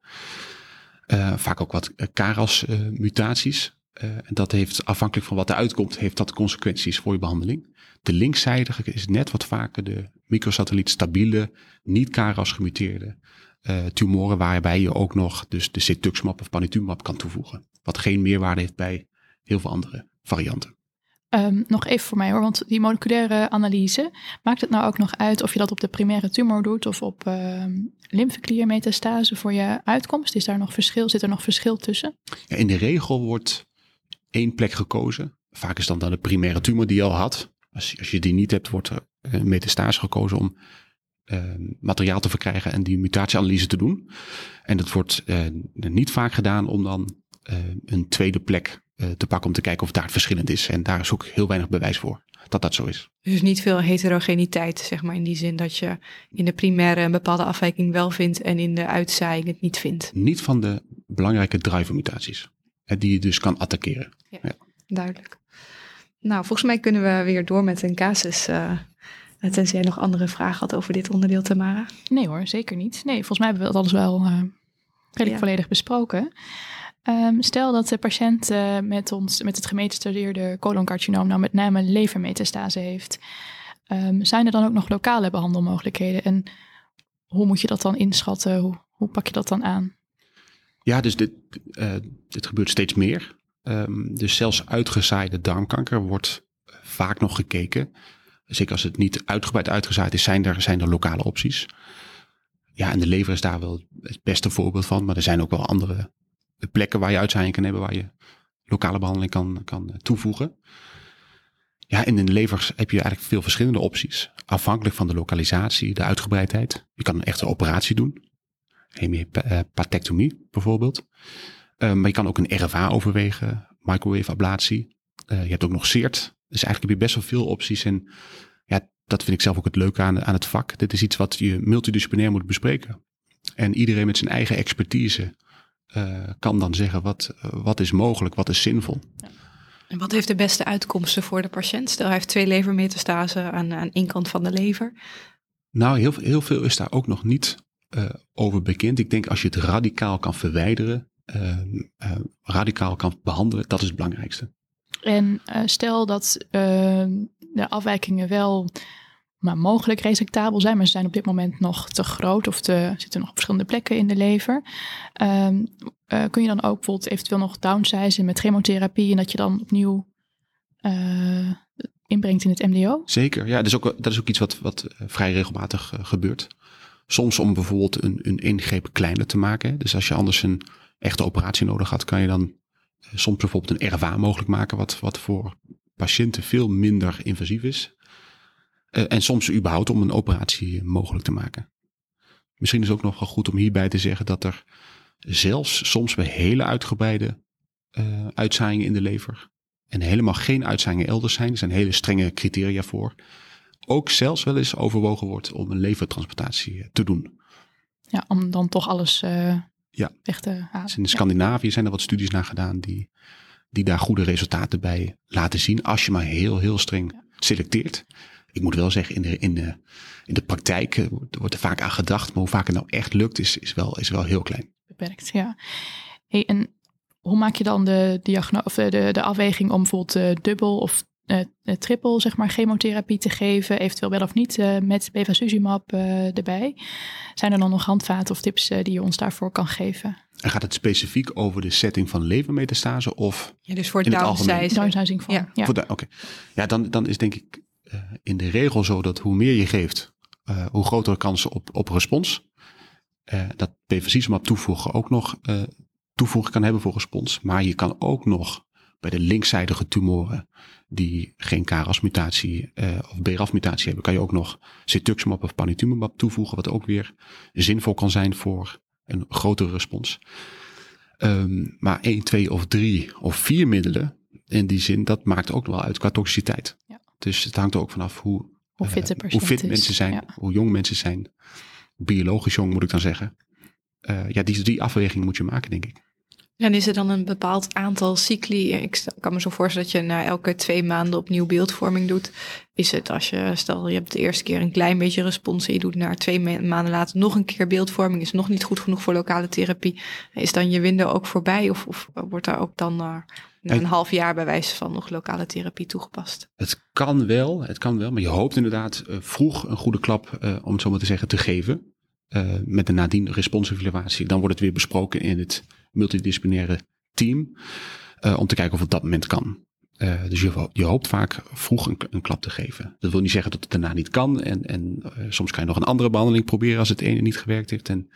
Vaak ook wat KRAS-mutaties. En dat heeft, afhankelijk van wat eruit komt, heeft dat consequenties voor je behandeling. De linkszijdige is net wat vaker de microsatelliet stabiele, niet KRAS gemuteerde tumoren, waarbij je ook nog dus de cetuximab of panitumumab kan toevoegen. Wat geen meerwaarde heeft bij heel veel andere varianten. Nog even voor mij hoor, want die moleculaire analyse, maakt het nou ook nog uit of je dat op de primaire tumor doet of op lymfekliermetastase voor je uitkomst? Is daar nog verschil? Zit er nog verschil tussen? Ja, in de regel wordt 1 plek gekozen. Vaak is dan de primaire tumor die je al had. Als je die niet hebt, wordt er een metastase gekozen om materiaal te verkrijgen en die mutatieanalyse te doen. En dat wordt niet vaak gedaan om dan een tweede plek te pakken om te kijken of daar het verschillend is. En daar is ook heel weinig bewijs voor dat dat zo is. Dus niet veel heterogeniteit, zeg maar, in die zin dat je in de primaire een bepaalde afwijking wel vindt en in de uitzaaiing het niet vindt. Niet van de belangrijke drivermutaties, die je dus kan attackeren. Ja. Duidelijk. Nou, volgens mij kunnen we weer door met een casus. Tenzij jij nog andere vragen had over dit onderdeel, Tamara. Nee hoor, zeker niet. Nee, volgens mij hebben we dat alles wel redelijk volledig besproken. Stel dat de patiënt met het gemetastaseerde coloncarcinoom nou met name levermetastase heeft. Zijn er dan ook nog lokale behandelmogelijkheden? En hoe moet je dat dan inschatten? Hoe pak je dat dan aan? Ja, dus dit gebeurt steeds meer. Dus zelfs uitgezaaide darmkanker wordt vaak nog gekeken. Zeker als het niet uitgebreid uitgezaaid is, zijn er lokale opties. Ja, en de lever is daar wel het beste voorbeeld van. Maar er zijn ook wel andere plekken waar je uitzaaiing kan hebben, waar je lokale behandeling kan toevoegen. Ja, en in de lever heb je eigenlijk veel verschillende opties. Afhankelijk van de lokalisatie, de uitgebreidheid. Je kan een echte operatie doen. Hemipatectomie bijvoorbeeld. Maar je kan ook een RFA overwegen, microwave ablatie. Je hebt ook nog SEERT. Dus eigenlijk heb je best wel veel opties. En ja, dat vind ik zelf ook het leuke aan het vak. Dit is iets wat je multidisciplinair moet bespreken. En iedereen met zijn eigen expertise kan dan zeggen wat is mogelijk, wat is zinvol. Ja. En wat heeft de beste uitkomsten voor de patiënt? Stel, hij heeft 2 levermetastasen aan één kant van de lever. Nou, heel veel is daar ook nog niet over bekend. Ik denk als je het radicaal kan verwijderen, radicaal kan behandelen, dat is het belangrijkste. En stel dat de afwijkingen wel mogelijk resectabel zijn, maar ze zijn op dit moment nog te groot of zitten nog op verschillende plekken in de lever. Kun je dan ook bijvoorbeeld eventueel nog downsizen met chemotherapie en dat je dan opnieuw inbrengt in het MDO? Zeker, ja, dat is ook iets wat vrij regelmatig gebeurt. Soms om bijvoorbeeld een ingreep kleiner te maken. Dus als je anders een echte operatie nodig had, kan je dan soms bijvoorbeeld een RFA mogelijk maken, wat voor patiënten veel minder invasief is. En soms überhaupt om een operatie mogelijk te maken. Misschien is het ook nog wel goed om hierbij te zeggen dat er zelfs soms bij hele uitgebreide uitzaaiingen in de lever en helemaal geen uitzaaiingen elders zijn, er zijn hele strenge criteria voor, ook zelfs wel eens overwogen wordt om een levertransplantatie te doen. Ja, om dan toch alles weg te halen. Dus in Scandinavië zijn er wat studies naar gedaan die daar goede resultaten bij laten zien, als je maar heel, heel streng selecteert. Ik moet wel zeggen, in de praktijk wordt er vaak aan gedacht, maar hoe vaak het nou echt lukt, is wel heel klein. Beperkt, ja. Hey, en hoe maak je dan de afweging om bijvoorbeeld dubbel of triple, zeg maar, chemotherapie te geven, eventueel wel of niet met bevacizumab erbij? Zijn er dan nog handvaten of tips die je ons daarvoor kan geven? En gaat het specifiek over de setting van levermetastase of dus voor in het algemeen? Downsizing van. Ja. Oké. Ja, dan is denk ik in de regel zo dat hoe meer je geeft, hoe grotere kansen op respons. Dat bevacizumab toevoegen ook nog toevoeging kan hebben voor respons. Maar je kan ook nog bij de linkzijdige tumoren die geen KRAS-mutatie of BRAF-mutatie hebben, kan je ook nog cetuximab of panitumumab toevoegen, wat ook weer zinvol kan zijn voor een grotere respons. Maar 1, 2 of 3 of 4 middelen, in die zin, dat maakt ook wel uit qua toxiciteit. Ja. Dus het hangt er ook vanaf hoe fit mensen zijn, hoe jong mensen zijn. Biologisch jong moet ik dan zeggen. Die afweging moet je maken, denk ik. En is er dan een bepaald aantal cycli? Ik kan me zo voorstellen dat je na elke 2 maanden opnieuw beeldvorming doet. Is het stel je hebt de eerste keer een klein beetje respons en je doet na 2 maanden later nog een keer beeldvorming, is nog niet goed genoeg voor lokale therapie. Is dan je window ook voorbij of wordt daar ook dan na een half jaar bij wijze van nog lokale therapie toegepast? Het kan wel, maar je hoopt inderdaad vroeg een goede klap, om het zo maar te zeggen, te geven. Met een nadien responsevaluatie. Dan wordt het weer besproken in het multidisciplinaire team. Om te kijken of het op dat moment kan. Dus je hoopt vaak vroeg een klap te geven. Dat wil niet zeggen dat het daarna niet kan. En soms kan je nog een andere behandeling proberen als het ene niet gewerkt heeft. En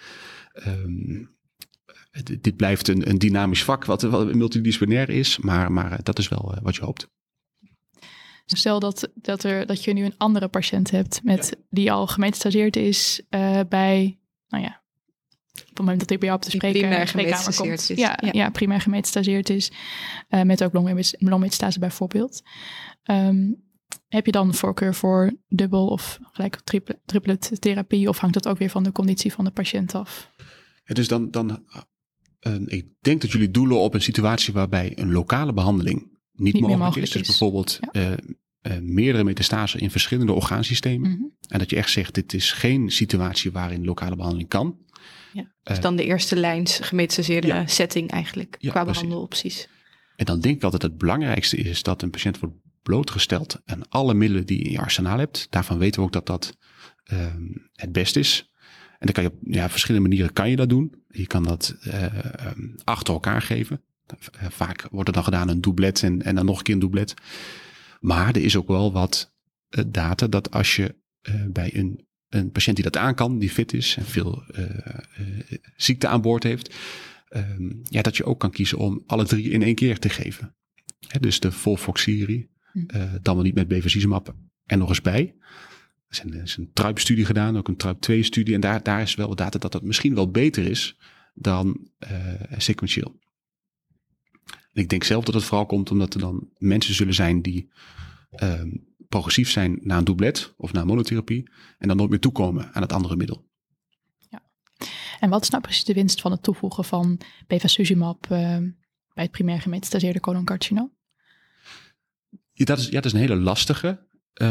dit blijft een dynamisch vak wat multidisciplinair is. Maar dat is wel wat je hoopt. Stel dat je nu een andere patiënt hebt die al gemetastaseerd is bij, op het moment dat ik bij jou op de spreekkamer komt. Ja, primair gemetastaseerd is. Met ook longmetastase bijvoorbeeld. Heb je dan voorkeur voor dubbel of gelijk triplet therapie? Of hangt dat ook weer van de conditie van de patiënt af? Ja, dus ik denk dat jullie doelen op een situatie waarbij een lokale behandeling niet mogelijk is. Dus bijvoorbeeld meerdere metastase in verschillende orgaansystemen. Mm-hmm. En dat je echt zegt, dit is geen situatie waarin lokale behandeling kan. Ja, dus dan de eerste lijns gemetastaseerde setting eigenlijk, qua behandelopties. En dan denk ik altijd het belangrijkste is dat een patiënt wordt blootgesteld aan alle middelen die je in je arsenaal hebt. Daarvan weten we ook dat dat het best is. En dan kan je op verschillende manieren kan je dat doen. Je kan dat achter elkaar geven. Vaak wordt er dan gedaan een doublet en dan nog een keer een doublet. Maar er is ook wel wat data dat als je bij een patiënt die dat aan kan, die fit is en veel ziekte aan boord heeft, dat je ook kan kiezen om alle 3 in 1 keer te geven. Dus de FOLFOX-serie, dan wel niet met bevacizumab en nog eens bij. Er is een TRIBE-studie gedaan, ook een TRIBE-2-studie. En daar is wel data dat misschien wel beter is dan sequentieel. En ik denk zelf dat het vooral komt omdat er dan mensen zullen zijn die progressief zijn na een doublet of na monotherapie en dan nooit meer toekomen aan het andere middel. Ja. En wat is nou precies de winst van het toevoegen van bevacizumab bij het primair gemetastaseerde coloncarcinoom? Ja, dat is een hele lastige.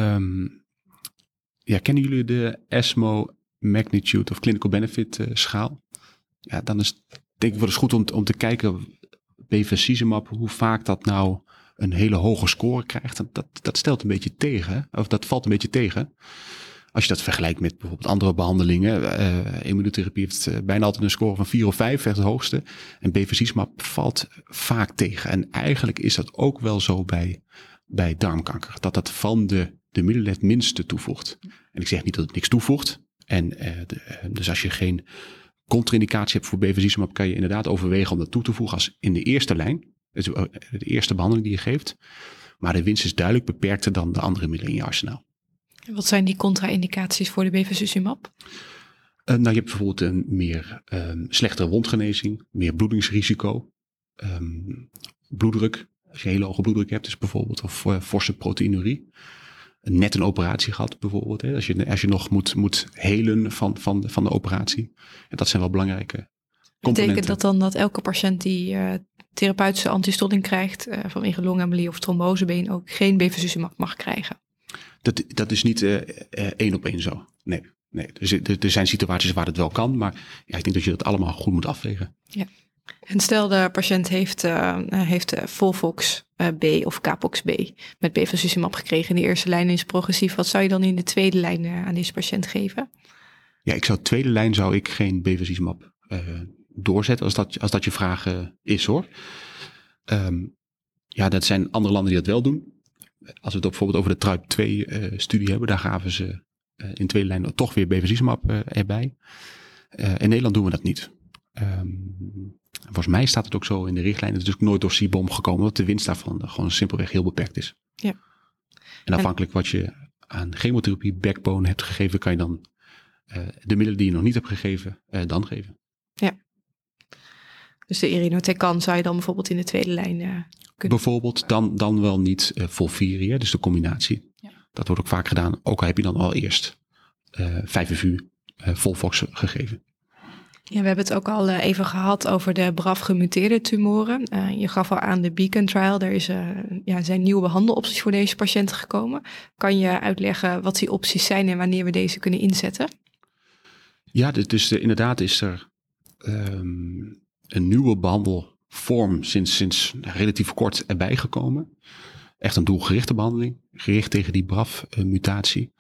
Kennen jullie de ESMO Magnitude of Clinical Benefit schaal? Ja, dan is denk ik wel eens goed om te kijken bevacizumab, hoe vaak dat nou een hele hoge score krijgt. Dat stelt een beetje tegen, of dat valt een beetje tegen. Als je dat vergelijkt met bijvoorbeeld andere behandelingen. Immunotherapie heeft bijna altijd een score van 4 of 5, echt het hoogste. En bevacizumab valt vaak tegen. En eigenlijk is dat ook wel zo bij bij darmkanker. Dat van de middelen het minste toevoegt. En ik zeg niet dat het niks toevoegt. En dus als je geen contra-indicatie hebt voor bevacizumab, kan je inderdaad overwegen om dat toe te voegen als in de eerste lijn. Dus de eerste behandeling die je geeft. Maar de winst is duidelijk beperkter dan de andere middelen in je arsenaal. En wat zijn die contra-indicaties voor de bevacizumab? Je hebt bijvoorbeeld een meer slechtere wondgenezing, meer bloedingsrisico, bloeddruk. Als je hele hoge bloeddruk hebt, dus bijvoorbeeld, of forse proteinurie. Net een operatie gehad bijvoorbeeld. Hè? Als je nog moet helen van de operatie. En dat zijn wel belangrijke componenten. Betekent dat dan dat elke patiënt die therapeutische antistolling krijgt vanwege longembolie of trombosebeen ook geen bevacizumab mag krijgen? Dat is niet 1 op 1 zo. Nee. Dus er zijn situaties waar het wel kan, maar ik denk dat je dat allemaal goed moet afwegen. Ja. En stel de patiënt heeft Volvox B of Capox B met bevacizumab gekregen. In de eerste lijn is progressief. Wat zou je dan in de tweede lijn aan deze patiënt geven? Ja, Tweede lijn zou ik geen bevacizumab doorzetten als dat je vraag is hoor. Dat zijn andere landen die dat wel doen. Als we het bijvoorbeeld over de TRIBE-2-studie hebben, daar gaven ze in tweede lijn toch weer bevacizumab erbij. In Nederland doen we dat niet. Volgens mij staat het ook zo in de richtlijn. Het is dus nooit door CBOM gekomen, dat de winst daarvan gewoon simpelweg heel beperkt is. Ja. En afhankelijk wat je aan chemotherapie backbone hebt gegeven, kan je dan de middelen die je nog niet hebt gegeven, dan geven. Ja. Dus de irinotecan zou je dan bijvoorbeeld in de tweede lijn kunnen... Bijvoorbeeld dan wel niet Volviria, dus de combinatie. Ja. Dat wordt ook vaak gedaan, ook al heb je dan al eerst 5FU Volvox gegeven. Ja, we hebben het ook al even gehad over de BRAF-gemuteerde tumoren. Je gaf al aan de Beacon Trial. Er zijn nieuwe behandelopties voor deze patiënten gekomen. Kan je uitleggen wat die opties zijn en wanneer we deze kunnen inzetten? Ja, dus inderdaad is er een nieuwe behandelvorm sinds relatief kort erbij gekomen. Echt een doelgerichte behandeling, gericht tegen die BRAF-mutatie.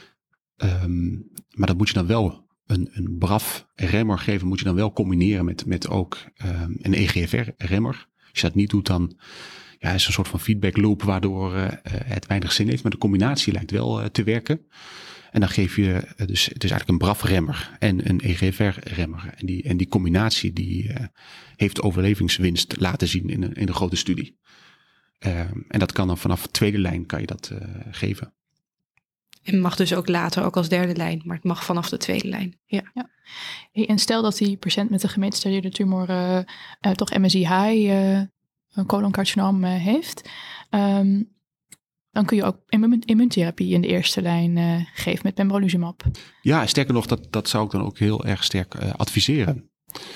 Maar dat moet je dan wel... Een BRAF-remmer geven moet je dan wel combineren met ook een EGFR-remmer. Als je dat niet doet, dan is een soort van feedback loop waardoor het weinig zin heeft. Maar de combinatie lijkt wel te werken. En dan geef je dus het is eigenlijk een BRAF-remmer en een EGFR-remmer. En die combinatie die heeft overlevingswinst laten zien in de grote studie. En dat kan dan vanaf de tweede lijn kan je dat geven. En mag dus ook later, ook als derde lijn, maar het mag vanaf de tweede lijn. Ja. Hey, en stel dat die patiënt met een gemetastaseerde tumor toch MSI-high een coloncarcinoom heeft, dan kun je ook immuuntherapie in de eerste lijn geven met pembrolizumab. Ja, sterker nog, dat zou ik dan ook heel erg sterk adviseren.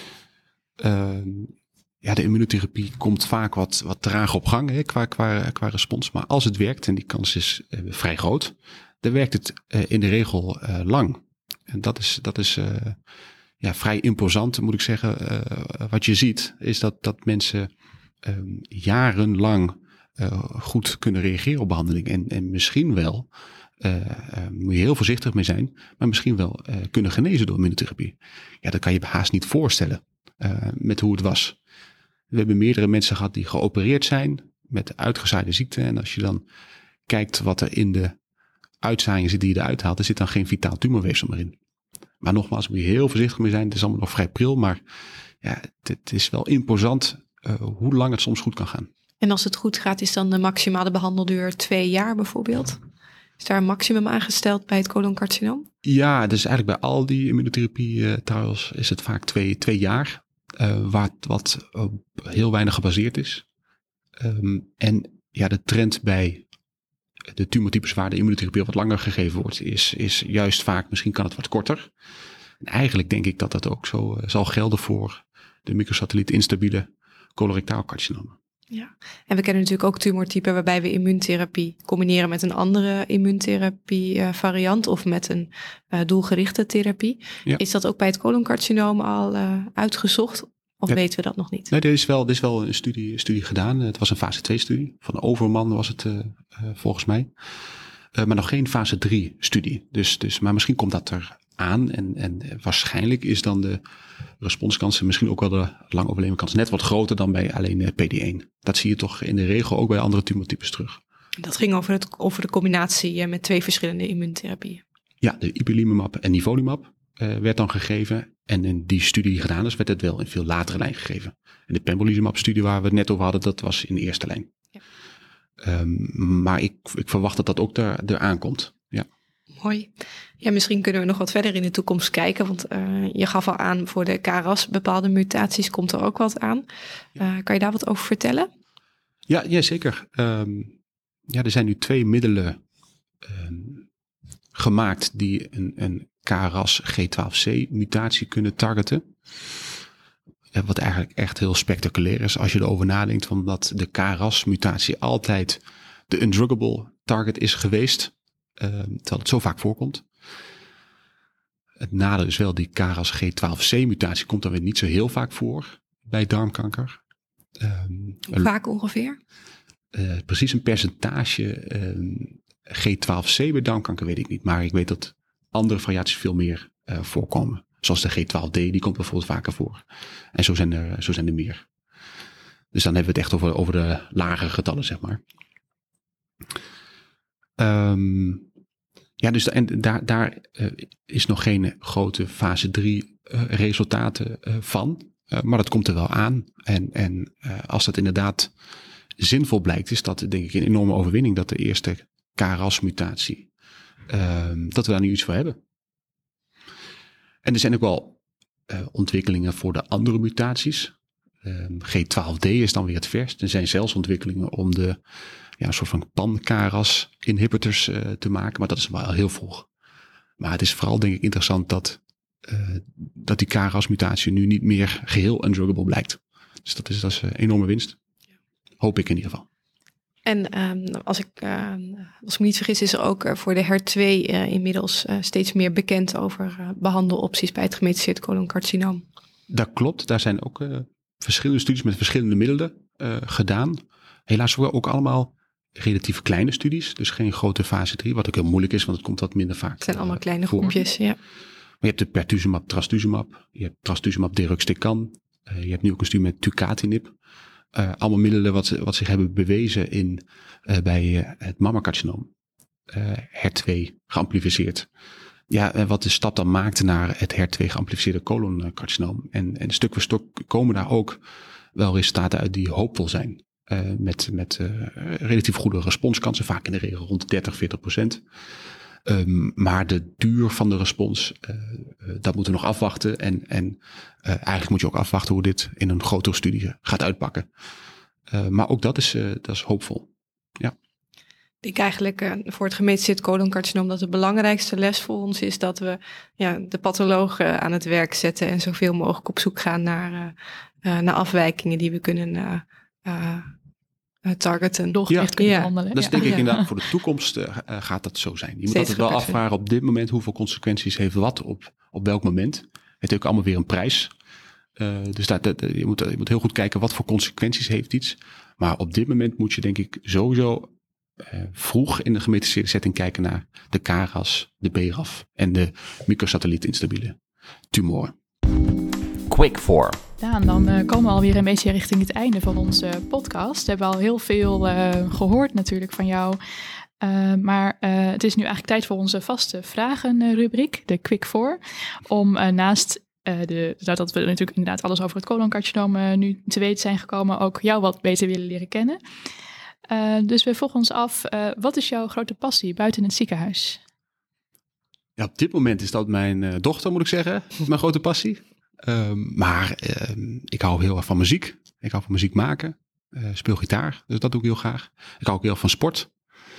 De immunotherapie komt vaak wat traag op gang qua respons. Maar als het werkt, en die kans is vrij groot, dan werkt het in de regel lang. En dat is vrij imposant, moet ik zeggen. Wat je ziet, is dat mensen jarenlang goed kunnen reageren op behandeling. En misschien wel, moet je heel voorzichtig mee zijn, maar misschien wel kunnen genezen door immunotherapie. Ja, dat kan je haast niet voorstellen met hoe het was. We hebben meerdere mensen gehad die geopereerd zijn met uitgezaaide ziekte. En als je dan kijkt wat er in de uitzaaiingen zit die je eruit haalt, er zit dan geen vitaal tumorweefsel meer in. Maar nogmaals, moet je heel voorzichtig mee zijn. Het is allemaal nog vrij pril, maar het is wel imposant hoe lang het soms goed kan gaan. En als het goed gaat, is dan de maximale behandelduur 2 jaar bijvoorbeeld? Is daar een maximum aangesteld bij het coloncarcinoom? Ja, dus eigenlijk bij al die immunotherapie trials is het vaak 2 jaar. Wat heel weinig gebaseerd is. En de trend bij de tumortypes waar de immunotherapie wat langer gegeven wordt, is juist vaak, misschien kan het wat korter. En eigenlijk denk ik dat ook zo zal gelden voor de microsatelliet instabiele colorectaal carcinomen. Ja, en we kennen natuurlijk ook tumortypen waarbij we immuuntherapie combineren met een andere immuuntherapie variant of met een doelgerichte therapie. Ja. Is dat ook bij het coloncarcinoom al uitgezocht? Of weten we dat nog niet? Nee, er is wel een studie gedaan. Het was een fase 2 studie. Van Overman was het volgens mij. Maar nog geen fase 3 studie. Maar misschien komt dat er aan. En waarschijnlijk is dan de responskans en misschien ook wel de lang overlevingskans net wat groter dan bij alleen PD1. Dat zie je toch in de regel ook bij andere tumortypes terug. Dat ging over de combinatie met 2 verschillende immuuntherapieën. Ja, de ipilimumab en nivolumab werd dan gegeven. En in die studie die gedaan is, werd het wel in veel latere lijn gegeven. En de pembrolizumab-studie waar we het net over hadden, dat was in de eerste lijn. Ja. Maar ik verwacht dat dat ook er aankomt. Ja. Mooi. Ja, misschien kunnen we nog wat verder in de toekomst kijken. Want je gaf al aan, voor de KRAS bepaalde mutaties komt er ook wat aan. Kan je daar wat over vertellen? Ja, zeker. Er zijn nu 2 middelen gemaakt die een KRAS G12C mutatie kunnen targeten. Wat eigenlijk echt heel spectaculair is als je erover nadenkt, omdat de KRAS mutatie altijd de undruggable target is geweest, terwijl het zo vaak voorkomt. Het nadeel is wel, die KRAS G12C mutatie komt dan weer niet zo heel vaak voor bij darmkanker. Hoe vaak ongeveer? Precies een percentage G12C bij darmkanker weet ik niet, maar ik weet dat andere variaties veel meer voorkomen. Zoals de G12D, die komt bijvoorbeeld vaker voor. En zo zijn er meer. Dus dan hebben we het echt over de lagere getallen, zeg maar. Dus daar is nog geen grote fase 3 resultaten van. Maar dat komt er wel aan. En als dat inderdaad zinvol blijkt, is dat denk ik een enorme overwinning dat de eerste KRAS-mutatie, dat we daar nu iets voor hebben. En er zijn ook wel ontwikkelingen voor de andere mutaties. G12D is dan weer het verst. Er zijn zelfs ontwikkelingen om een soort van pan-KRAS-inhibitors te maken. Maar dat is wel heel vroeg. Maar het is vooral denk ik interessant dat die KRAS-mutatie nu niet meer geheel undruggable blijkt. Dus dat is een enorme winst. Hoop ik in ieder geval. En als ik me niet vergis, is er ook voor de HER2 inmiddels steeds meer bekend over behandelopties bij het gemetastaseerd coloncarcinoom. Dat klopt. Daar zijn ook verschillende studies met verschillende middelen gedaan. Helaas ook allemaal relatief kleine studies. Dus geen grote fase 3, wat ook heel moeilijk is, want het komt wat minder vaak. Het zijn allemaal kleine groepjes, ja. Maar je hebt de pertuzumab, trastuzumab. Je hebt trastuzumab deruxtecan. Je hebt nu ook een studie met tucatinib. Allemaal middelen wat zich hebben bewezen bij het mammacarcinoom. HER2 geamplificeerd. Ja, wat de stap dan maakte naar het HER2 geamplificeerde coloncarcinoom. En stuk voor stuk komen daar ook wel resultaten uit die hoopvol zijn. Met relatief goede responskansen, vaak in de regel rond 30-40%. Maar de duur van de respons, dat moeten we nog afwachten. En eigenlijk moet je ook afwachten hoe dit in een grotere studie gaat uitpakken. Maar ook dat is hoopvol. Ja. Ik denk eigenlijk voor het gemetastaseerd coloncarcinoom dat de belangrijkste les voor ons is dat we de pathologen aan het werk zetten en zoveel mogelijk op zoek gaan naar afwijkingen die we kunnen targeten. Doelgericht kunnen behandelen. Dat is denk ik inderdaad voor de toekomst gaat dat zo zijn. Je moet altijd wel afvragen op dit moment hoeveel consequenties heeft wat op welk moment. Het heeft ook allemaal weer een prijs. Dus je moet heel goed kijken wat voor consequenties heeft iets. Maar op dit moment moet je denk ik sowieso vroeg in de gemetastaseerde setting kijken naar de KRAS, de BRAF en de microsatelliet-instabiele tumoren. Quick 4. Ja, en dan komen we alweer een beetje richting het einde van onze podcast. We hebben al heel veel gehoord natuurlijk van jou. Maar het is nu eigenlijk tijd voor onze vaste vragenrubriek, de Quick 4. Om naast dat we natuurlijk inderdaad alles over het coloncarcinoom nu te weten zijn gekomen, ook jou wat beter willen leren kennen. Dus we vroegen ons af, wat is jouw grote passie buiten het ziekenhuis? Ja, op dit moment is dat mijn dochter, moet ik zeggen. Mijn grote passie. Maar ik hou heel erg van muziek. Ik hou van muziek maken. Speel gitaar, dus dat doe ik heel graag. Ik hou ook heel erg van sport.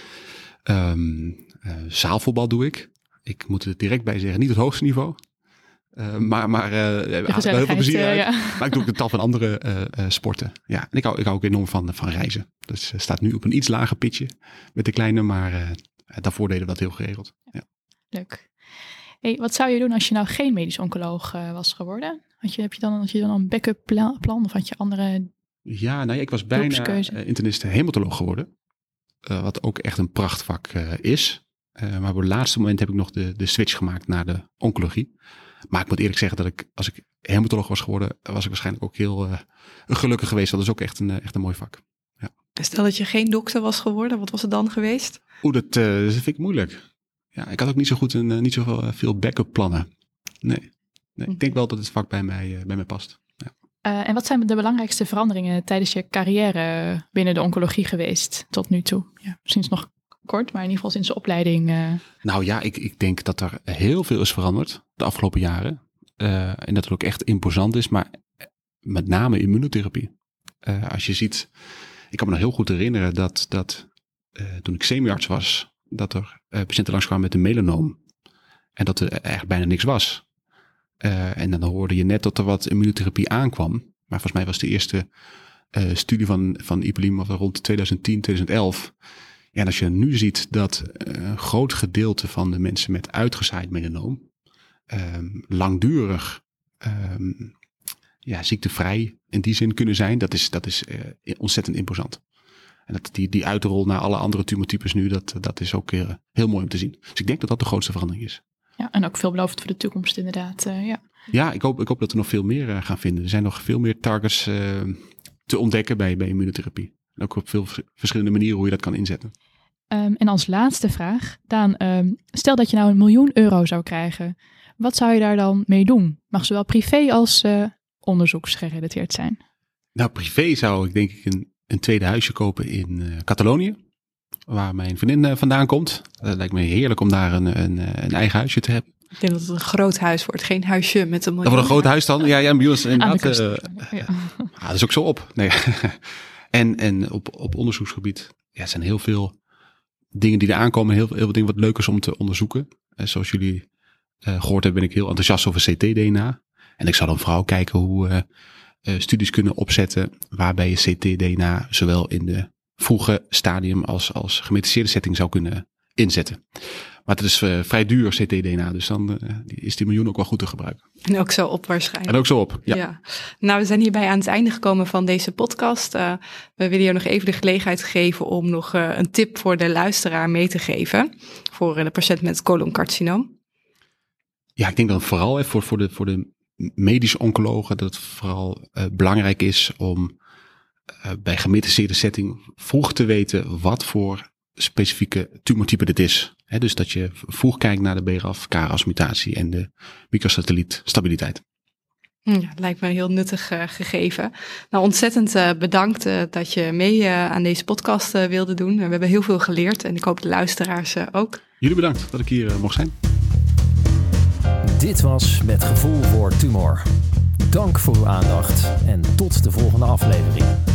Zaalvoetbal doe ik. Ik moet er direct bij zeggen, niet het hoogste niveau. Maar heel veel plezier uit. Maar ik doe ook een tal van andere sporten. Ja, en ik hou ook enorm van reizen. Dus staat nu op een iets lager pitje met de kleine, maar daarvoor deden we dat heel geregeld. Ja. Leuk. Hey, wat zou je doen als je nou geen medisch oncoloog was geworden? Had je dan een backup plan of had je andere? Ja, ik was bijna internist hematoloog geworden. Wat ook echt een prachtvak is. Maar op het laatste moment heb ik nog de switch gemaakt naar de oncologie. Maar ik moet eerlijk zeggen dat als ik hematoloog was geworden, was ik waarschijnlijk ook heel gelukkig geweest. Dat is ook echt een mooi vak. Ja. Stel dat je geen dokter was geworden, wat was het dan geweest? Dat vind ik moeilijk. Ja, ik had ook niet zoveel backup plannen. Nee, ik denk wel dat het vak bij mij past. Ja. En wat zijn de belangrijkste veranderingen tijdens je carrière binnen de oncologie geweest tot nu toe? Ja, misschien is het nog kort, maar in ieder geval sinds de opleiding. Nou ja, ik denk dat er heel veel is veranderd de afgelopen jaren. En dat het ook echt imposant is, maar met name immunotherapie. Als je ziet, ik kan me nog heel goed herinneren dat toen ik semi-arts was, dat er patiënten langskwamen met een melanoom. En dat er eigenlijk bijna niks was. En dan hoorde je net dat er wat immunotherapie aankwam. Maar volgens mij was de eerste studie van Ipilim rond 2010, 2011. Ja, en als je nu ziet dat een groot gedeelte van de mensen met uitgezaaid melanoom langdurig ziektevrij in die zin kunnen zijn, dat is ontzettend imposant. En dat die uitrol naar alle andere tumortypes nu, dat is ook heel mooi om te zien. Dus ik denk dat dat de grootste verandering is. Ja, en ook veelbelovend voor de toekomst inderdaad. Ja, ik hoop dat we nog veel meer gaan vinden. Er zijn nog veel meer targets te ontdekken bij immunotherapie. En ook op veel verschillende manieren hoe je dat kan inzetten. En als laatste vraag, Daan, stel dat je nou €1 miljoen zou krijgen. Wat zou je daar dan mee doen? Mag zowel privé als onderzoeksgerelateerd zijn? Nou, privé zou ik denk ik een tweede huisje kopen in Catalonië. Waar mijn vriendin vandaan komt. Het lijkt me heerlijk om daar een eigen huisje te hebben. Ik denk dat het een groot huis wordt, geen huisje met een miljoen. Dat wordt een groot huis dan? Ja, bij ons inderdaad. Dat is ook zo op. Nee. En op onderzoeksgebied, ja, zijn heel veel dingen die er aankomen. Heel veel dingen wat leuk is om te onderzoeken. Zoals jullie gehoord hebben, ben ik heel enthousiast over ctDNA. En ik zou dan vooral kijken hoe studies kunnen opzetten waarbij je ctDNA zowel in de vroege stadium als gemetastaseerde setting zou kunnen inzetten. Maar het is vrij duur, ctDNA, dus dan is die miljoen ook wel goed te gebruiken. En ook zo op waarschijnlijk. En ook zo op, ja. Nou, we zijn hierbij aan het einde gekomen van deze podcast. We willen je nog even de gelegenheid geven om nog een tip voor de luisteraar mee te geven. Voor de patiënt met coloncarcinoom. Ja, ik denk dat vooral voor de medische oncologen dat het vooral belangrijk is om bij gemetastaseerde setting vroeg te weten wat voor specifieke tumortype dit is. Dus dat je vroeg kijkt naar de BRAF, KRAS-mutatie en de microsatellietstabiliteit. Ja, het lijkt me een heel nuttig gegeven. Nou, ontzettend bedankt dat je mee aan deze podcast wilde doen. We hebben heel veel geleerd en ik hoop de luisteraars ook. Jullie bedankt dat ik hier mocht zijn. Dit was Met Gevoel voor Tumor. Dank voor uw aandacht en tot de volgende aflevering.